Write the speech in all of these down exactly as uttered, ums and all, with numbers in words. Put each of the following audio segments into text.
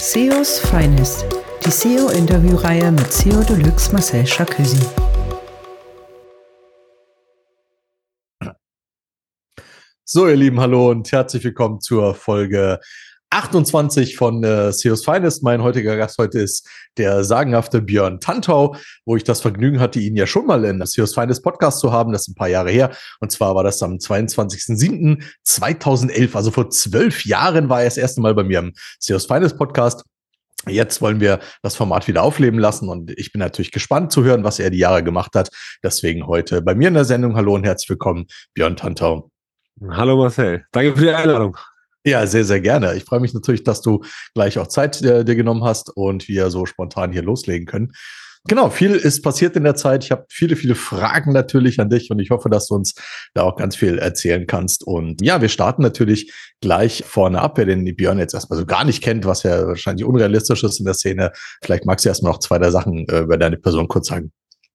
S E O's Finest, die S E O-Interviewreihe mit S E O Deluxe Marcel Charkösi. So, ihr Lieben, hallo und herzlich willkommen zur Folge achtundzwanzig von äh, S E O's Finest. Mein heutiger Gast heute ist der sagenhafte Björn Tantau, wo ich das Vergnügen hatte, ihn ja schon mal in S E O's Finest Podcast zu haben. Das ist ein paar Jahre her. Und zwar war das am zweiundzwanzigsten siebten zweitausendelf. Also vor zwölf Jahren war er das erste Mal bei mir im S E O's Finest Podcast. Jetzt wollen wir das Format wieder aufleben lassen und ich bin natürlich gespannt zu hören, was er die Jahre gemacht hat. Deswegen heute bei mir in der Sendung. Hallo und herzlich willkommen, Björn Tantau. Hallo Marcel, danke für die Einladung. Ja, sehr, sehr gerne. Ich freue mich natürlich, dass du gleich auch Zeit äh, dir genommen hast und wir so spontan hier loslegen können. Genau, viel ist passiert in der Zeit. Ich habe viele, viele Fragen natürlich an dich und ich hoffe, dass du uns da auch ganz viel erzählen kannst. Und ja, wir starten natürlich gleich vorne ab. Wer den Björn jetzt erstmal so gar nicht kennt, was ja wahrscheinlich unrealistisch ist in der Szene, vielleicht magst du erstmal noch zwei, drei Sachen äh, über deine Person kurz sagen.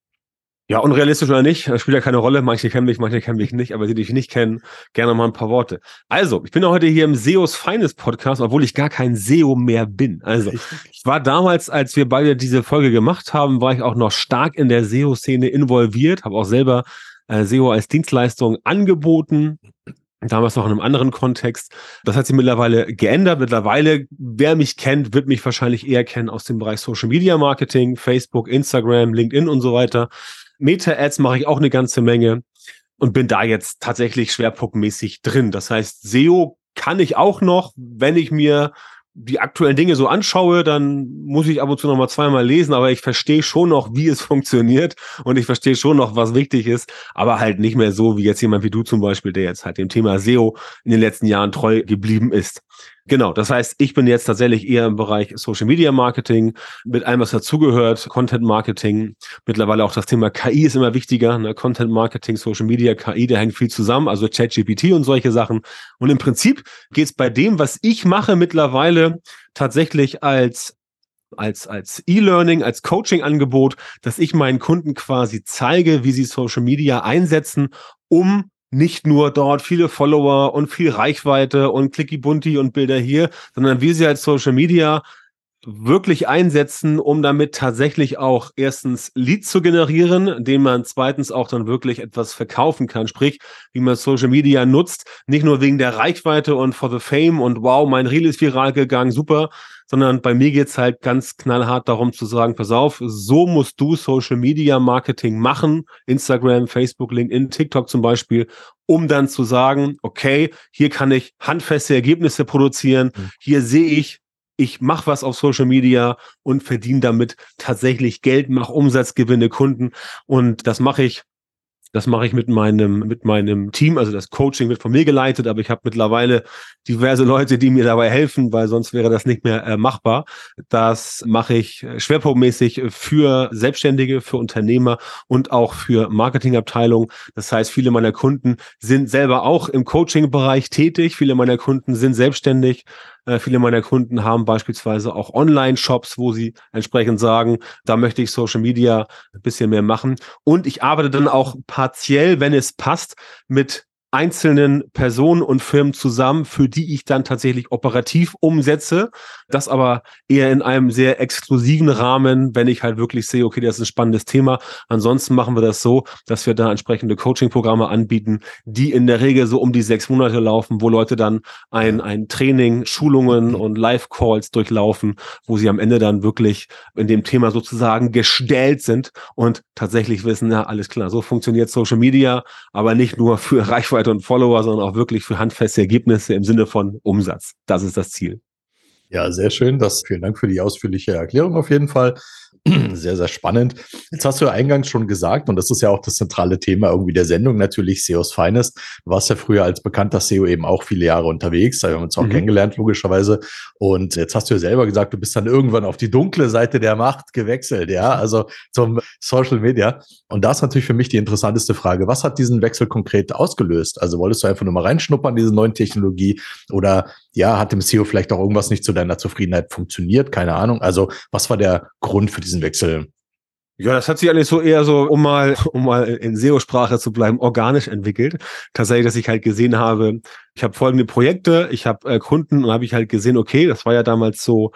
Ja, unrealistisch oder nicht, das spielt ja keine Rolle. Manche kennen mich, manche kennen mich nicht, aber die, die ich nicht kennen, gerne mal ein paar Worte. Also, ich bin heute hier im S E O's Finest Podcast, obwohl ich gar kein S E O mehr bin. Also, ich war damals, als wir beide diese Folge gemacht haben, war ich auch noch stark in der S E O-Szene involviert, habe auch selber äh, S E O als Dienstleistung angeboten. Damals noch in einem anderen Kontext. Das hat sich mittlerweile geändert. Mittlerweile, wer mich kennt, wird mich wahrscheinlich eher kennen aus dem Bereich Social Media Marketing, Facebook, Instagram, LinkedIn und so weiter. Meta-Ads mache ich auch eine ganze Menge und bin da jetzt tatsächlich schwerpunktmäßig drin. Das heißt, S E O kann ich auch noch, wenn ich mir die aktuellen Dinge so anschaue, dann muss ich ab und zu noch mal zweimal lesen, aber ich verstehe schon noch, wie es funktioniert und ich verstehe schon noch, was wichtig ist, aber halt nicht mehr so wie jetzt jemand wie du zum Beispiel, der jetzt halt dem Thema S E O in den letzten Jahren treu geblieben ist. Genau, das heißt, ich bin jetzt tatsächlich eher im Bereich Social Media Marketing mit allem, was dazugehört, Content Marketing. Mittlerweile auch das Thema K I ist immer wichtiger, ne? Content Marketing, Social Media, K I, da hängt viel zusammen, also ChatGPT und solche Sachen. Und im Prinzip geht es bei dem, was ich mache mittlerweile tatsächlich als als als E-Learning, als Coaching-Angebot, dass ich meinen Kunden quasi zeige, wie sie Social Media einsetzen, um nicht nur dort viele Follower und viel Reichweite und Clicky-Bunti und Bilder hier, sondern wie sie als Social Media wirklich einsetzen, um damit tatsächlich auch erstens Leads zu generieren, denen man zweitens auch dann wirklich etwas verkaufen kann. Sprich, wie man Social Media nutzt, nicht nur wegen der Reichweite und for the fame und wow, mein Reel ist viral gegangen, super, sondern bei mir geht's halt ganz knallhart darum zu sagen, pass auf, so musst du Social Media Marketing machen, Instagram, Facebook, LinkedIn, TikTok zum Beispiel, um dann zu sagen, okay, hier kann ich handfeste Ergebnisse produzieren, mhm. hier sehe ich, ich mache was auf Social Media und verdiene damit tatsächlich Geld, mache Umsatz, gewinne Kunden und das mache ich Das mache ich mit meinem mit meinem Team, also das Coaching wird von mir geleitet, aber ich habe mittlerweile diverse Leute, die mir dabei helfen, weil sonst wäre das nicht mehr äh, machbar. Das mache ich schwerpunktmäßig für Selbstständige, für Unternehmer und auch für Marketingabteilungen. Das heißt, viele meiner Kunden sind selber auch im Coaching-Bereich tätig, viele meiner Kunden sind selbstständig. Äh, viele meiner Kunden haben beispielsweise auch Online-Shops, wo sie entsprechend sagen, da möchte ich Social Media ein bisschen mehr machen. Und ich arbeite dann auch partiell, wenn es passt, mit einzelnen Personen und Firmen zusammen, für die ich dann tatsächlich operativ umsetze. Das aber eher in einem sehr exklusiven Rahmen, wenn ich halt wirklich sehe, okay, das ist ein spannendes Thema. Ansonsten machen wir das so, dass wir da entsprechende Coaching-Programme anbieten, die in der Regel so um die sechs Monate laufen, wo Leute dann ein, ein Training, Schulungen und Live-Calls durchlaufen, wo sie am Ende dann wirklich in dem Thema sozusagen gestellt sind und tatsächlich wissen, ja, alles klar, so funktioniert Social Media, aber nicht nur für Reichweite und Follower, sondern auch wirklich für handfeste Ergebnisse im Sinne von Umsatz. Das ist das Ziel. Ja, sehr schön. Das, vielen Dank für die ausführliche Erklärung auf jeden Fall. Sehr, sehr spannend. Jetzt hast du ja eingangs schon gesagt, und das ist ja auch das zentrale Thema irgendwie der Sendung, natürlich S E O's Finest. Du warst ja früher als bekannter S E O eben auch viele Jahre unterwegs, da haben wir uns auch mhm. kennengelernt, logischerweise. Und jetzt hast du ja selber gesagt, du bist dann irgendwann auf die dunkle Seite der Macht gewechselt, ja, also zum Social Media. Und da ist natürlich für mich die interessanteste Frage, was hat diesen Wechsel konkret ausgelöst? Also wolltest du einfach nur mal reinschnuppern, diese neuen Technologie, oder ja, hat dem S E O vielleicht auch irgendwas nicht zu deiner Zufriedenheit funktioniert? Keine Ahnung. Also was war der Grund für diesen Wechsel? Ja, das hat sich eigentlich so eher so, um mal, um mal in S E O-Sprache zu bleiben, organisch entwickelt. Tatsächlich, dass ich halt gesehen habe, ich habe folgende Projekte, ich habe äh, Kunden und habe ich halt gesehen, okay, das war ja damals so,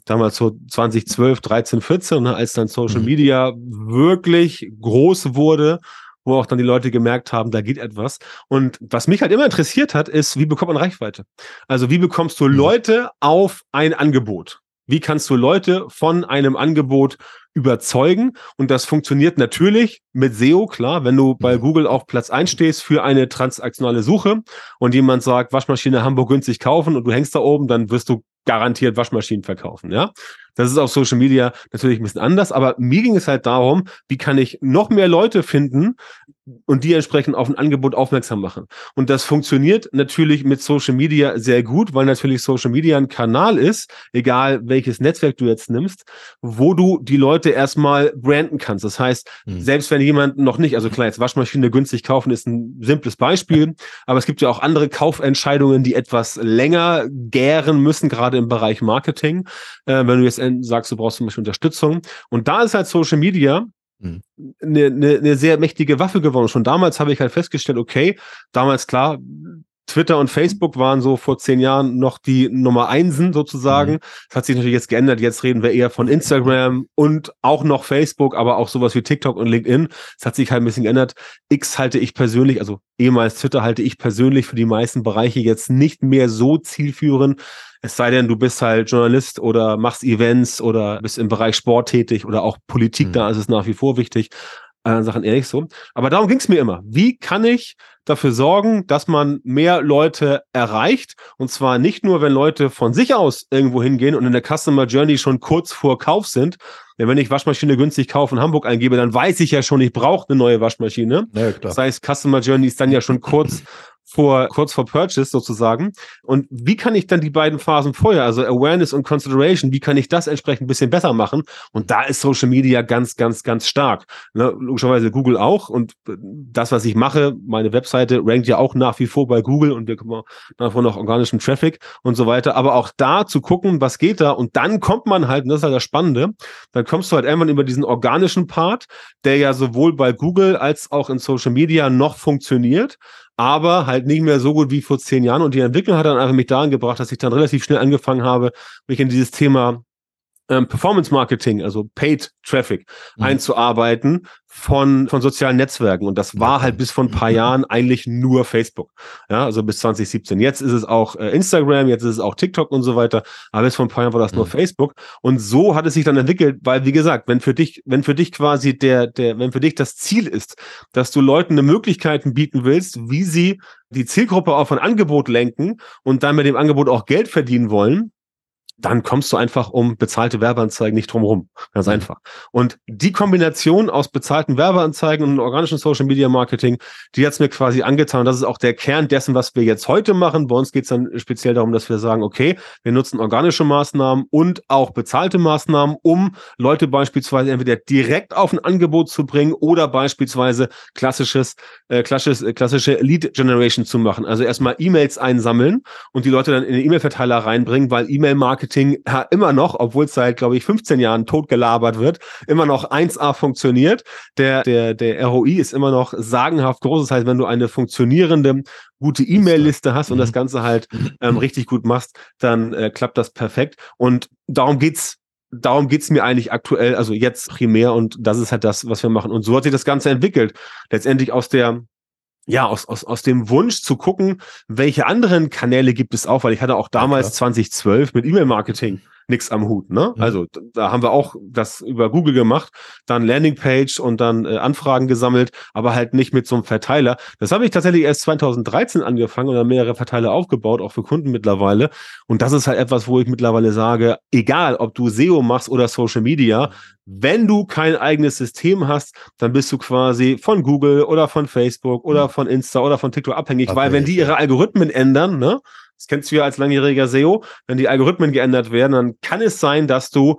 damals so zwanzig zwölf, dreizehn, vierzehn, ne, als dann Social Mhm. Media wirklich groß wurde, wo auch dann die Leute gemerkt haben, da geht etwas. Und was mich halt immer interessiert hat, ist, wie bekommt man Reichweite? Also wie bekommst du Mhm. Leute auf ein Angebot? Wie kannst du Leute von einem Angebot überzeugen? Und das funktioniert natürlich mit S E O, klar, wenn du bei Mhm. Google auf Platz eins stehst für eine transaktionale Suche und jemand sagt, Waschmaschine Hamburg günstig kaufen und du hängst da oben, dann wirst du garantiert Waschmaschinen verkaufen, ja. Das ist auf Social Media natürlich ein bisschen anders, aber mir ging es halt darum, wie kann ich noch mehr Leute finden und die entsprechend auf ein Angebot aufmerksam machen. Und das funktioniert natürlich mit Social Media sehr gut, weil natürlich Social Media ein Kanal ist, egal welches Netzwerk du jetzt nimmst, wo du die Leute erstmal branden kannst. Das heißt, Mhm. selbst wenn jemand noch nicht, also klar, jetzt Waschmaschine günstig kaufen ist ein simples Beispiel, aber es gibt ja auch andere Kaufentscheidungen, die etwas länger gären müssen, gerade im Bereich Marketing. Äh, wenn du jetzt sagst, du brauchst zum Beispiel Unterstützung. Und da ist halt Social Media Mhm. eine, eine, eine sehr mächtige Waffe geworden. Schon damals habe ich halt festgestellt, okay, damals klar, Twitter und Facebook waren so vor zehn Jahren noch die Nummer Einsen sozusagen. Mhm. Das hat sich natürlich jetzt geändert. Jetzt reden wir eher von Instagram und auch noch Facebook, aber auch sowas wie TikTok und LinkedIn. Das hat sich halt ein bisschen geändert. X halte ich persönlich, also ehemals Twitter halte ich persönlich für die meisten Bereiche jetzt nicht mehr so zielführend. Es sei denn, du bist halt Journalist oder machst Events oder bist im Bereich Sport tätig oder auch Politik, Mhm. da ist es nach wie vor wichtig. Äh, Sachen ehrlich so. Aber darum ging es mir immer. Wie kann ich dafür sorgen, dass man mehr Leute erreicht? Und zwar nicht nur, wenn Leute von sich aus irgendwo hingehen und in der Customer Journey schon kurz vor Kauf sind. Denn wenn ich Waschmaschine günstig kaufen in Hamburg eingebe, dann weiß ich ja schon, ich brauche eine neue Waschmaschine. Ja, klar. Das heißt, Customer Journey ist dann ja schon kurz vor, kurz vor Purchase sozusagen. Und wie kann ich dann die beiden Phasen vorher, also Awareness und Consideration, wie kann ich das entsprechend ein bisschen besser machen? Und da ist Social Media ganz, ganz, ganz stark. Ne, logischerweise Google auch. Und das, was ich mache, meine Webseite rankt ja auch nach wie vor bei Google und wir kommen nach wie vor noch organischen Traffic und so weiter. Aber auch da zu gucken, was geht da? Und dann kommt man halt, und das ist halt das Spannende, dann kommst du halt irgendwann über diesen organischen Part, der ja sowohl bei Google als auch in Social Media noch funktioniert, aber halt nicht mehr so gut wie vor zehn Jahren. Und die Entwicklung hat dann einfach mich daran gebracht, dass ich dann relativ schnell angefangen habe, mich in dieses Thema ähm, Performance Marketing, also Paid Traffic, Mhm. einzuarbeiten von, von sozialen Netzwerken. Und das war Ja, halt bis vor ein paar Jahren eigentlich nur Facebook. Ja, also bis zwanzig siebzehn. Jetzt ist es auch äh, Instagram, jetzt ist es auch TikTok und so weiter. Aber bis vor ein paar Jahren war das Mhm. nur Facebook. Und so hat es sich dann entwickelt, weil, wie gesagt, wenn für dich, wenn für dich quasi der, der, wenn für dich das Ziel ist, dass du Leuten eine Möglichkeiten bieten willst, wie sie die Zielgruppe auf ein Angebot lenken und dann mit dem Angebot auch Geld verdienen wollen, dann kommst du einfach um bezahlte Werbeanzeigen nicht drum rum. Ganz Mhm. einfach. Und die Kombination aus bezahlten Werbeanzeigen und organischen Social Media Marketing, die hat's mir quasi angetan. Und das ist auch der Kern dessen, was wir jetzt heute machen. Bei uns geht's dann speziell darum, dass wir sagen, okay, wir nutzen organische Maßnahmen und auch bezahlte Maßnahmen, um Leute beispielsweise entweder direkt auf ein Angebot zu bringen oder beispielsweise klassisches, äh, klassisches, äh, klassische Lead Generation zu machen. Also erstmal E-Mails einsammeln und die Leute dann in den E-Mail-Verteiler reinbringen, weil E-Mail-Marketing ja immer noch, obwohl es seit, glaube ich, fünfzehn Jahren totgelabert wird, immer noch eins A funktioniert. Der, der, der R O I ist immer noch sagenhaft groß. Das heißt, wenn du eine funktionierende, gute E-Mail-Liste hast und Mhm. das Ganze halt ähm, richtig gut machst, dann äh, klappt das perfekt. Und darum geht's Darum geht's mir eigentlich aktuell, also jetzt primär, und das ist halt das, was wir machen. Und so hat sich das Ganze entwickelt. Letztendlich aus der Ja, aus, aus, aus dem Wunsch zu gucken, welche anderen Kanäle gibt es auch, weil ich hatte auch damals klar. zwanzig zwölf mit E-Mail-Marketing nichts am Hut, ne? Mhm. Also d- da haben wir auch das über Google gemacht, dann Landingpage und dann äh, Anfragen gesammelt, aber halt nicht mit so einem Verteiler. Das habe ich tatsächlich erst zwanzig dreizehn angefangen und dann mehrere Verteiler aufgebaut, auch für Kunden mittlerweile. Und das ist halt etwas, wo ich mittlerweile sage, egal ob du S E O machst oder Social Media, wenn du kein eigenes System hast, dann bist du quasi von Google oder von Facebook oder von Insta oder von TikTok abhängig, weil wenn die Abhängig, ja. ihre Algorithmen ändern, ne, das kennst du ja als langjähriger S E O, wenn die Algorithmen geändert werden, dann kann es sein, dass du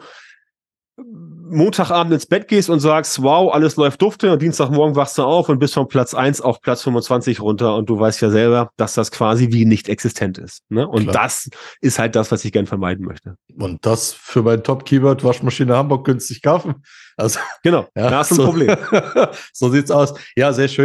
Montagabend ins Bett gehst und sagst, wow, alles läuft dufte und Dienstagmorgen wachst du auf und bist von Platz eins auf Platz fünfundzwanzig runter und du weißt ja selber, dass das quasi wie nicht existent ist. Ne? Und Klar. das ist halt das, was ich gern vermeiden möchte. Und das für mein Top-Keyword Waschmaschine Hamburg günstig kaufen. Also, Genau, ja, da hast du ein so, Problem. so sieht's aus. Ja, sehr schön.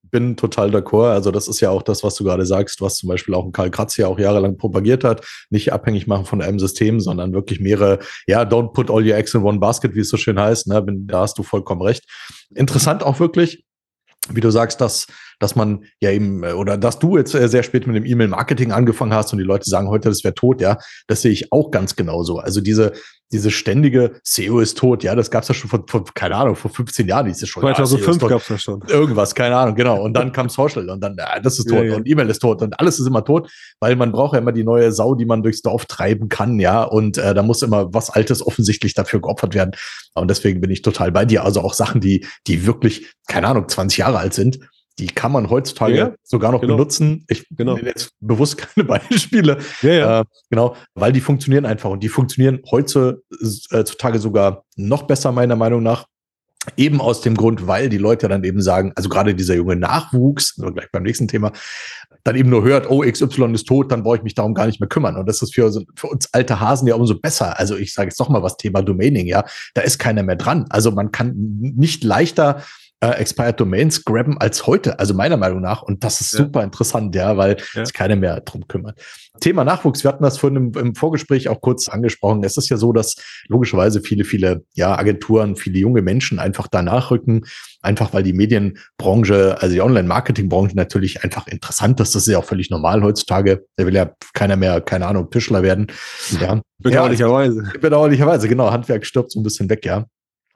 bin total d'accord. Also das ist ja auch das, was du gerade sagst, was zum Beispiel auch ein Karl Kratz ja auch jahrelang propagiert hat. Nicht abhängig machen von einem System, sondern wirklich mehrere, ja, don't put all your eggs in one basket, wie es so schön heißt. Ne? Da hast du vollkommen recht. Interessant auch wirklich, wie du sagst, dass, dass man ja eben, oder dass du jetzt sehr spät mit dem E-Mail-Marketing angefangen hast und die Leute sagen heute, das wäre tot, ja, das sehe ich auch ganz genauso. Also diese, diese ständige S E O ist tot, ja, das gab es ja schon vor, vor, keine Ahnung, vor fünfzehn Jahren hieß es schon. zweitausendfünf gab es ja schon. Irgendwas, keine Ahnung, genau. Und dann kam Social und dann, ja, das ist tot Ja, ja. und E-Mail ist tot und alles ist immer tot, weil man braucht ja immer die neue Sau, die man durchs Dorf treiben kann, ja, und äh, da muss immer was Altes offensichtlich dafür geopfert werden. Und deswegen bin ich total bei dir. Also auch Sachen, die, die wirklich, keine Ahnung, zwanzig Jahre alt sind, die kann man heutzutage Ja, sogar noch genau. benutzen. Ich Genau. nenne jetzt bewusst keine Beispiele. Ja, ja. Äh, genau, weil die funktionieren einfach und die funktionieren heutzutage sogar noch besser, meiner Meinung nach. Eben aus dem Grund, weil die Leute dann eben sagen, also gerade dieser junge Nachwuchs, also gleich beim nächsten Thema, dann eben nur hört, oh, X Y ist tot, dann brauche ich mich darum gar nicht mehr kümmern. Und das ist für, für uns alte Hasen ja umso besser. Also ich sage jetzt noch mal was Thema Domaining, ja, da ist keiner mehr dran. Also man kann nicht leichter äh, Expired Domains grabben als heute, also meiner Meinung nach. Und das ist Ja. super interessant, ja, weil Ja. sich keiner mehr drum kümmert. Thema Nachwuchs, wir hatten das vorhin im, im Vorgespräch auch kurz angesprochen. Es ist ja so, dass logischerweise viele, viele ja, Agenturen, viele junge Menschen einfach danach rücken, einfach weil die Medienbranche, also die Online-Marketing-Branche natürlich einfach interessant ist. Das ist ja auch völlig normal heutzutage. Da will ja keiner mehr, keine Ahnung, Tischler werden. Ja. Bedauerlicherweise. Ja, bedauerlicherweise, genau. Handwerk stirbt so ein bisschen weg, ja.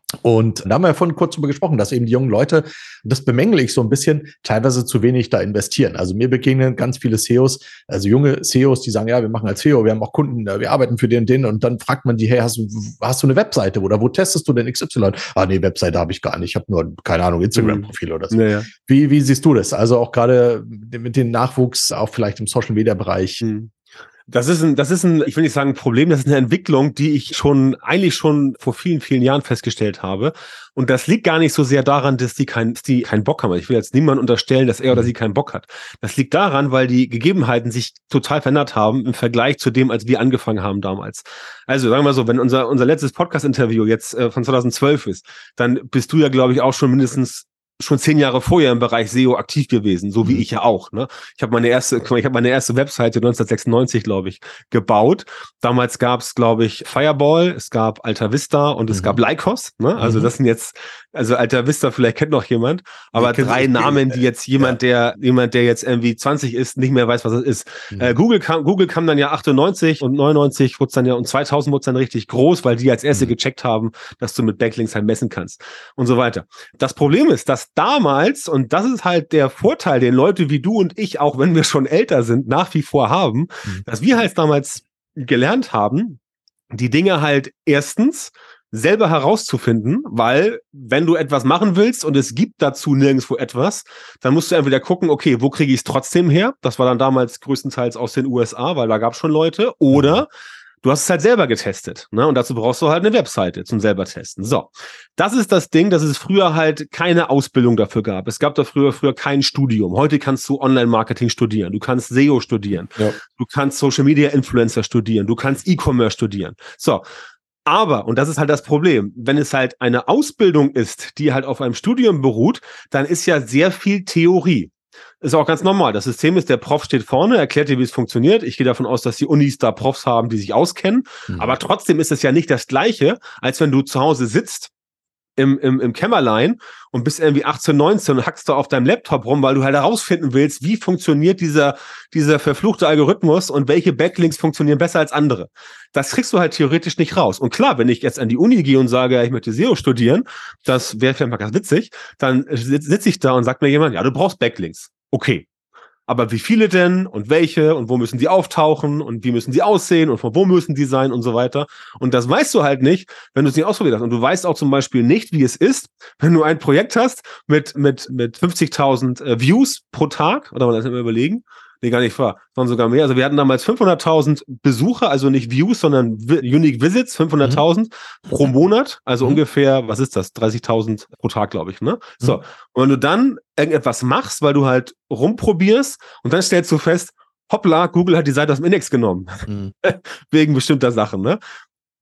Und da haben wir ja vorhin kurz drüber gesprochen, dass eben die jungen Leute, und das bemängle ich so ein bisschen, teilweise zu wenig da investieren. Also mir begegnen ganz viele S E Os, also junge S E Os, die sagen, ja, wir machen als S E O, wir haben auch Kunden, wir arbeiten für den und den, und dann fragt man die, hey, hast du, hast du eine Webseite oder wo testest du denn X Y? Ah, nee, Webseite habe ich gar nicht, ich habe nur, keine Ahnung, Instagram-Profil oder so. Ja, ja. Wie, wie siehst du das? Also auch gerade mit dem Nachwuchs, auch vielleicht im Social-Media-Bereich. Hm. Das ist ein, das ist ein, ich will nicht sagen ein Problem, das ist eine Entwicklung, die ich schon, eigentlich schon vor vielen, vielen Jahren festgestellt habe. Und das liegt gar nicht so sehr daran, dass die kein, dass die keinen Bock haben. Ich will jetzt niemandem unterstellen, dass er oder sie keinen Bock hat. Das liegt daran, weil die Gegebenheiten sich total verändert haben im Vergleich zu dem, als wir angefangen haben damals. Also sagen wir mal so, wenn unser, unser letztes Podcast-Interview jetzt äh, von zweitausendzwölf ist, dann bist du ja, glaube ich, auch schon mindestens schon zehn Jahre vorher im Bereich S E O aktiv gewesen, so wie Mhm. ich ja auch. Ne? Ich habe meine erste, guck mal, ich habe meine erste Webseite neunzehnhundertsechsundneunzig, glaube ich, gebaut. Damals gab es, glaube ich, Fireball, es gab Alta Vista und es Mhm. gab Lycos. Ne? Also Mhm. das sind jetzt, also Alta Vista vielleicht kennt noch jemand, aber Ich kenn- drei ich- Namen, die jetzt jemand, der jemand, der jetzt irgendwie zwanzig ist, nicht mehr weiß, was es ist. Mhm. Äh, Google kam, Google kam dann ja achtundneunzig und neunundneunzig wurde es dann ja und zweitausend wurde es dann richtig groß, weil die als erste Mhm. gecheckt haben, dass du mit Backlinks halt messen kannst und so weiter. Das Problem ist, dass damals, und das ist halt der Vorteil, den Leute wie du und ich, auch wenn wir schon älter sind, nach wie vor haben, Mhm. dass wir halt damals gelernt haben, die Dinge halt erstens selber herauszufinden, weil wenn du etwas machen willst und es gibt dazu nirgendwo etwas, dann musst du entweder gucken, okay, wo kriege ich es trotzdem her? Das war dann damals größtenteils aus den U S A, weil da gab es schon Leute. Oder du hast es halt selber getestet, ne? Und dazu brauchst du halt eine Webseite zum selber testen. So, das ist das Ding, dass es früher halt keine Ausbildung dafür gab. Es gab da früher früher kein Studium. Heute kannst du Online-Marketing studieren, du kannst S E O studieren, Ja. du kannst Social-Media-Influencer studieren, du kannst E-Commerce studieren. So, aber, und das ist halt das Problem, wenn es halt eine Ausbildung ist, die halt auf einem Studium beruht, dann ist ja sehr viel Theorie. Ist auch ganz normal. Das System ist, der Prof steht vorne, erklärt dir, wie es funktioniert. Ich gehe davon aus, dass die Unis da Profs haben, die sich auskennen. Mhm. Aber trotzdem ist es ja nicht das Gleiche, als wenn du zu Hause sitzt im, im, im Kämmerlein und bist irgendwie achtzehn, neunzehn und hackst da auf deinem Laptop rum, weil du halt herausfinden willst, wie funktioniert dieser, dieser verfluchte Algorithmus und welche Backlinks funktionieren besser als andere. Das kriegst du halt theoretisch nicht raus. Und klar, wenn ich jetzt an die Uni gehe und sage, ja, ich möchte S E O studieren, das wäre vielleicht mal ganz witzig, dann sitze sitz ich da und sagt mir jemand, ja, du brauchst Backlinks. Okay. Aber wie viele denn und welche und wo müssen die auftauchen und wie müssen sie aussehen und von wo müssen die sein und so weiter. Und das weißt du halt nicht, wenn du es nicht ausprobiert hast. Und du weißt auch zum Beispiel nicht, wie es ist, wenn du ein Projekt hast mit, mit, mit fünfzigtausend äh, Views pro Tag, oder mal das mal überlegen. Nee, gar nicht wahr, sondern sogar mehr. Also wir hatten damals fünfhunderttausend Besucher, also nicht Views, sondern Unique Visits, fünfhunderttausend mhm. pro Monat, also mhm. ungefähr, was ist das, dreißigtausend pro Tag, glaube ich, ne? Mhm. So, und wenn du dann irgendetwas machst, weil du halt rumprobierst und dann stellst du fest, hoppla, Google hat die Seite aus dem Index genommen, mhm. wegen bestimmter Sachen, ne?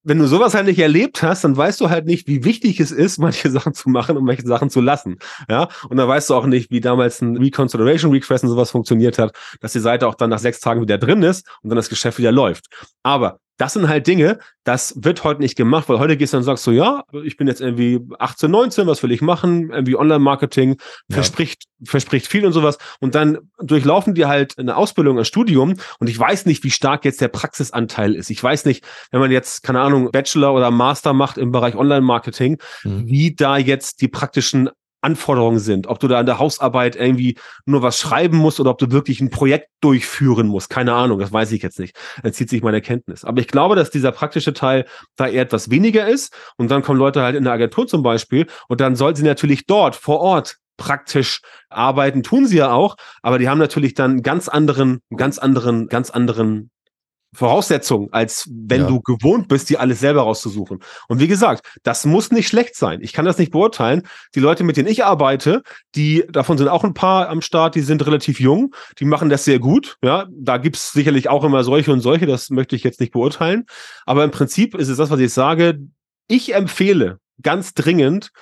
wenn du sowas halt nicht erlebt hast, dann weißt du halt nicht, wie wichtig es ist, manche Sachen zu machen und manche Sachen zu lassen. Ja, und dann weißt du auch nicht, wie damals ein Reconsideration Request und sowas funktioniert hat, dass die Seite auch dann nach sechs Tagen wieder drin ist und dann das Geschäft wieder läuft. Aber das sind halt Dinge, das wird heute nicht gemacht, weil heute gehst du und sagst so, ja, ich bin jetzt irgendwie achtzehn, neunzehn, was will ich machen? Irgendwie Online-Marketing, ja. verspricht, verspricht viel und sowas. Und dann durchlaufen die halt eine Ausbildung, ein Studium und ich weiß nicht, wie stark jetzt der Praxisanteil ist. Ich weiß nicht, wenn man jetzt, keine Ahnung, Bachelor oder Master macht im Bereich Online-Marketing, mhm. wie da jetzt die praktischen Anforderungen sind, ob du da an der Hausarbeit irgendwie nur was schreiben musst oder ob du wirklich ein Projekt durchführen musst. Keine Ahnung, das weiß ich jetzt nicht. Da zieht sich meine Kenntnis. Aber ich glaube, dass dieser praktische Teil da eher etwas weniger ist und dann kommen Leute halt in der Agentur zum Beispiel und dann sollten sie natürlich dort vor Ort praktisch arbeiten, tun sie ja auch, aber die haben natürlich dann einen ganz anderen, ganz anderen, ganz anderen Voraussetzungen, als wenn ja. du gewohnt bist, die alles selber rauszusuchen. Und wie gesagt, das muss nicht schlecht sein. Ich kann das nicht beurteilen. Die Leute, mit denen ich arbeite, die, davon sind auch ein paar am Start, die sind relativ jung, die machen das sehr gut. Ja, da gibt's sicherlich auch immer solche und solche, das möchte ich jetzt nicht beurteilen. Aber im Prinzip ist es das, was ich sage. Ich empfehle ganz dringend,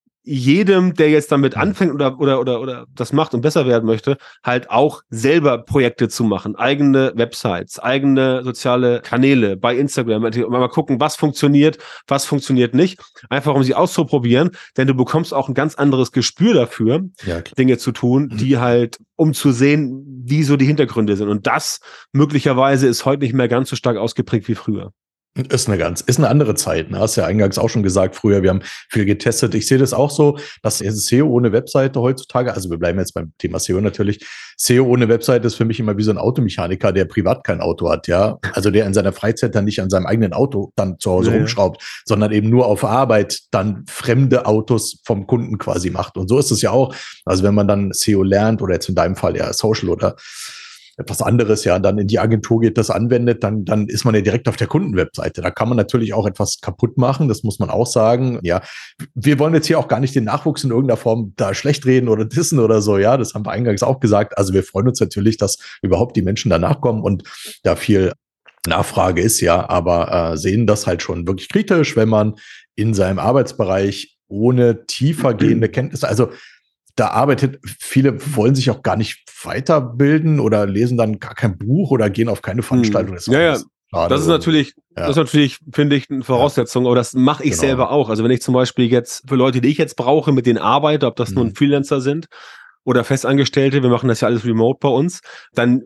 jedem, der jetzt damit anfängt oder, oder, oder, oder das macht und besser werden möchte, halt auch selber Projekte zu machen, eigene Websites, eigene soziale Kanäle bei Instagram, mal gucken, was funktioniert, was funktioniert nicht, einfach um sie auszuprobieren, denn du bekommst auch ein ganz anderes Gespür dafür, ja, Dinge zu tun, die halt, um zu sehen, wie so die Hintergründe sind. Und das möglicherweise ist heute nicht mehr ganz so stark ausgeprägt wie früher. Ist eine ganz, ist eine andere Zeit. Ne? Hast ja eingangs auch schon gesagt, früher, wir haben viel getestet. Ich sehe das auch so, dass S E O ohne Webseite heutzutage, also wir bleiben jetzt beim Thema S E O natürlich, S E O ohne Webseite ist für mich immer wie so ein Automechaniker, der privat kein Auto hat, ja. Also der in seiner Freizeit dann nicht an seinem eigenen Auto dann zu Hause ja. rumschraubt, sondern eben nur auf Arbeit dann fremde Autos vom Kunden quasi macht. Und so ist es ja auch. Also wenn man dann S E O lernt oder jetzt in deinem Fall ja Social oder etwas anderes, ja, dann in die Agentur geht, das anwendet, dann, dann ist man ja direkt auf der Kundenwebseite. Da kann man natürlich auch etwas kaputt machen, das muss man auch sagen. Ja, wir wollen jetzt hier auch gar nicht den Nachwuchs in irgendeiner Form da schlecht reden oder dissen oder so, ja, das haben wir eingangs auch gesagt. Also wir freuen uns natürlich, dass überhaupt die Menschen danach kommen und da viel Nachfrage ist, ja, aber äh, sehen das halt schon wirklich kritisch, wenn man in seinem Arbeitsbereich ohne tiefer gehende Kenntnisse, also da arbeitet, viele wollen sich auch gar nicht weiterbilden oder lesen dann gar kein Buch oder gehen auf keine Veranstaltung. Das ja, ja. Schade. Das ist natürlich, ja. das ist natürlich, finde ich, eine Voraussetzung, ja. aber das mache ich genau. selber auch. Also wenn ich zum Beispiel jetzt für Leute, die ich jetzt brauche, mit denen arbeite, ob das mhm. nun Freelancer sind oder Festangestellte, wir machen das ja alles remote bei uns, dann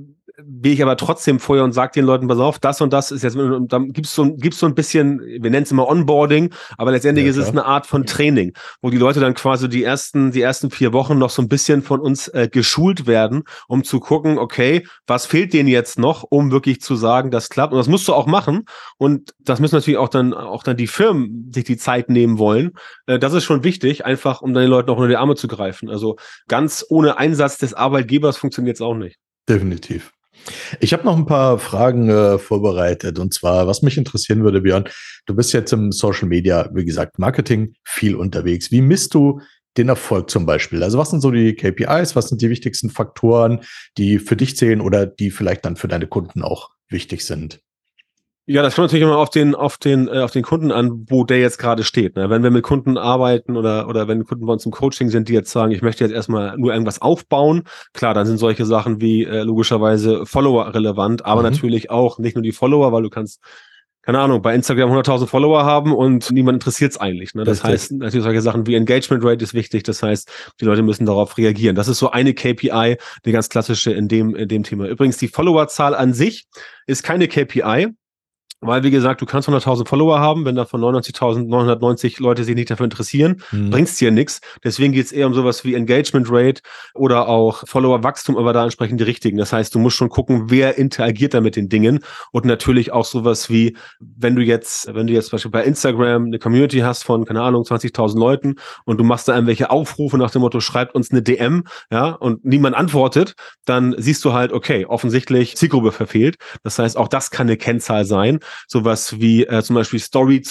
bin ich aber trotzdem vorher und sage den Leuten, pass auf, das und das ist jetzt, und dann gibt's so, gibt's so ein bisschen, wir nennen es immer Onboarding, aber letztendlich ja, ist es eine Art von Training, wo die Leute dann quasi die ersten, die ersten vier Wochen noch so ein bisschen von uns äh, geschult werden, um zu gucken, okay, was fehlt denen jetzt noch, um wirklich zu sagen, das klappt. Und das musst du auch machen. Und das müssen natürlich auch dann, auch dann die Firmen sich die Zeit nehmen wollen. Äh, das ist schon wichtig, einfach, um dann den Leuten auch unter die Arme zu greifen. Also ganz ohne Einsatz des Arbeitgebers funktioniert es auch nicht. Definitiv. Ich habe noch ein paar Fragen äh, vorbereitet und zwar, was mich interessieren würde, Björn, du bist jetzt im Social Media, wie gesagt, Marketing viel unterwegs. Wie misst du den Erfolg zum Beispiel? Also was sind so die K P Is, was sind die wichtigsten Faktoren, die für dich zählen oder die vielleicht dann für deine Kunden auch wichtig sind? Ja, das kommt natürlich immer auf den, auf den, äh, auf den Kunden an, wo der jetzt gerade steht. Ne? Wenn wir mit Kunden arbeiten oder, oder wenn Kunden bei uns im Coaching sind, die jetzt sagen, ich möchte jetzt erstmal nur irgendwas aufbauen, klar, dann sind solche Sachen wie äh, logischerweise Follower relevant, aber mhm. natürlich auch nicht nur die Follower, weil du kannst, keine Ahnung, bei Instagram hunderttausend Follower haben und niemand interessiert es eigentlich. Ne? Das, das heißt, natürlich solche Sachen wie Engagement Rate ist wichtig, das heißt, die Leute müssen darauf reagieren. Das ist so eine K P I, eine ganz klassische in dem, in dem Thema. Übrigens, die Followerzahl an sich ist keine K P I, weil, wie gesagt, du kannst hunderttausend Follower haben, wenn davon neunundneunzigtausendneunhundertneunzig Leute sich nicht dafür interessieren, mhm. bringt's dir nichts. Deswegen geht's eher um sowas wie Engagement Rate oder auch Follower-Wachstum, aber da entsprechend die richtigen. Das heißt, du musst schon gucken, wer interagiert da mit den Dingen und natürlich auch sowas wie, wenn du jetzt, wenn du jetzt zum Beispiel bei Instagram eine Community hast von, keine Ahnung, zwanzigtausend Leuten und du machst da irgendwelche Aufrufe nach dem Motto, schreibt uns eine D M, ja, und niemand antwortet, dann siehst du halt, okay, offensichtlich Zielgruppe verfehlt. Das heißt, auch das kann eine Kennzahl sein. Sowas wie äh, zum Beispiel Story zu